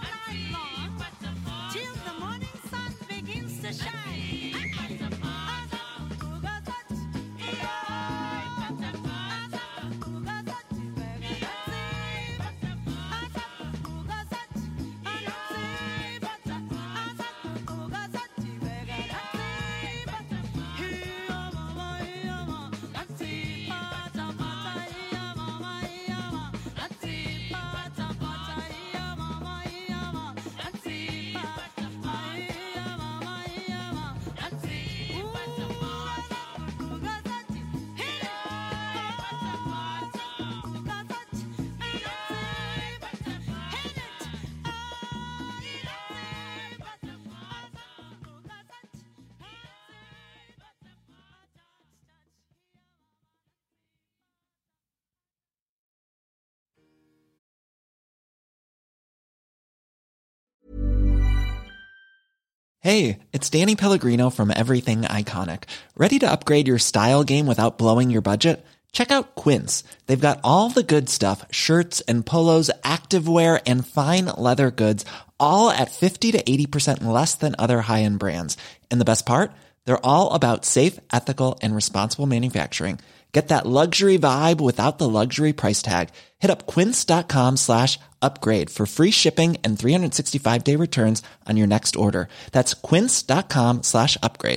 S7: Hey, it's Danny Pellegrino from Everything Iconic. Ready to upgrade your style game without blowing your budget? Check out Quince. They've got all the good stuff, shirts and polos, activewear, and fine leather goods, all at fifty to eighty percent less than other high-end brands. And the best part? They're all about safe, ethical, and responsible manufacturing. Get that luxury vibe without the luxury price tag. Hit up quince.com slash upgrade for free shipping and three sixty-five day returns on your next order. That's quince.com slash upgrade.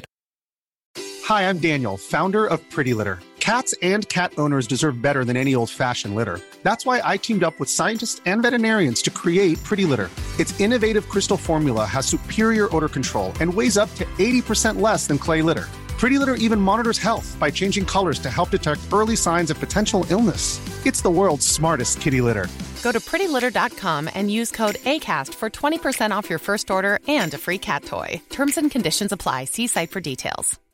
S10: Hi, I'm Daniel, founder of Pretty Litter. Cats and cat owners deserve better than any old-fashioned litter. That's why I teamed up with scientists and veterinarians to create Pretty Litter. Its innovative crystal formula has superior odor control and weighs up to eighty percent less than clay litter. Pretty Litter even monitors health by changing colors to help detect early signs of potential illness. It's the world's smartest kitty litter.
S11: Go to pretty litter dot com and use code ACAST for twenty percent off your first order and a free cat toy. Terms and conditions apply. See site for details.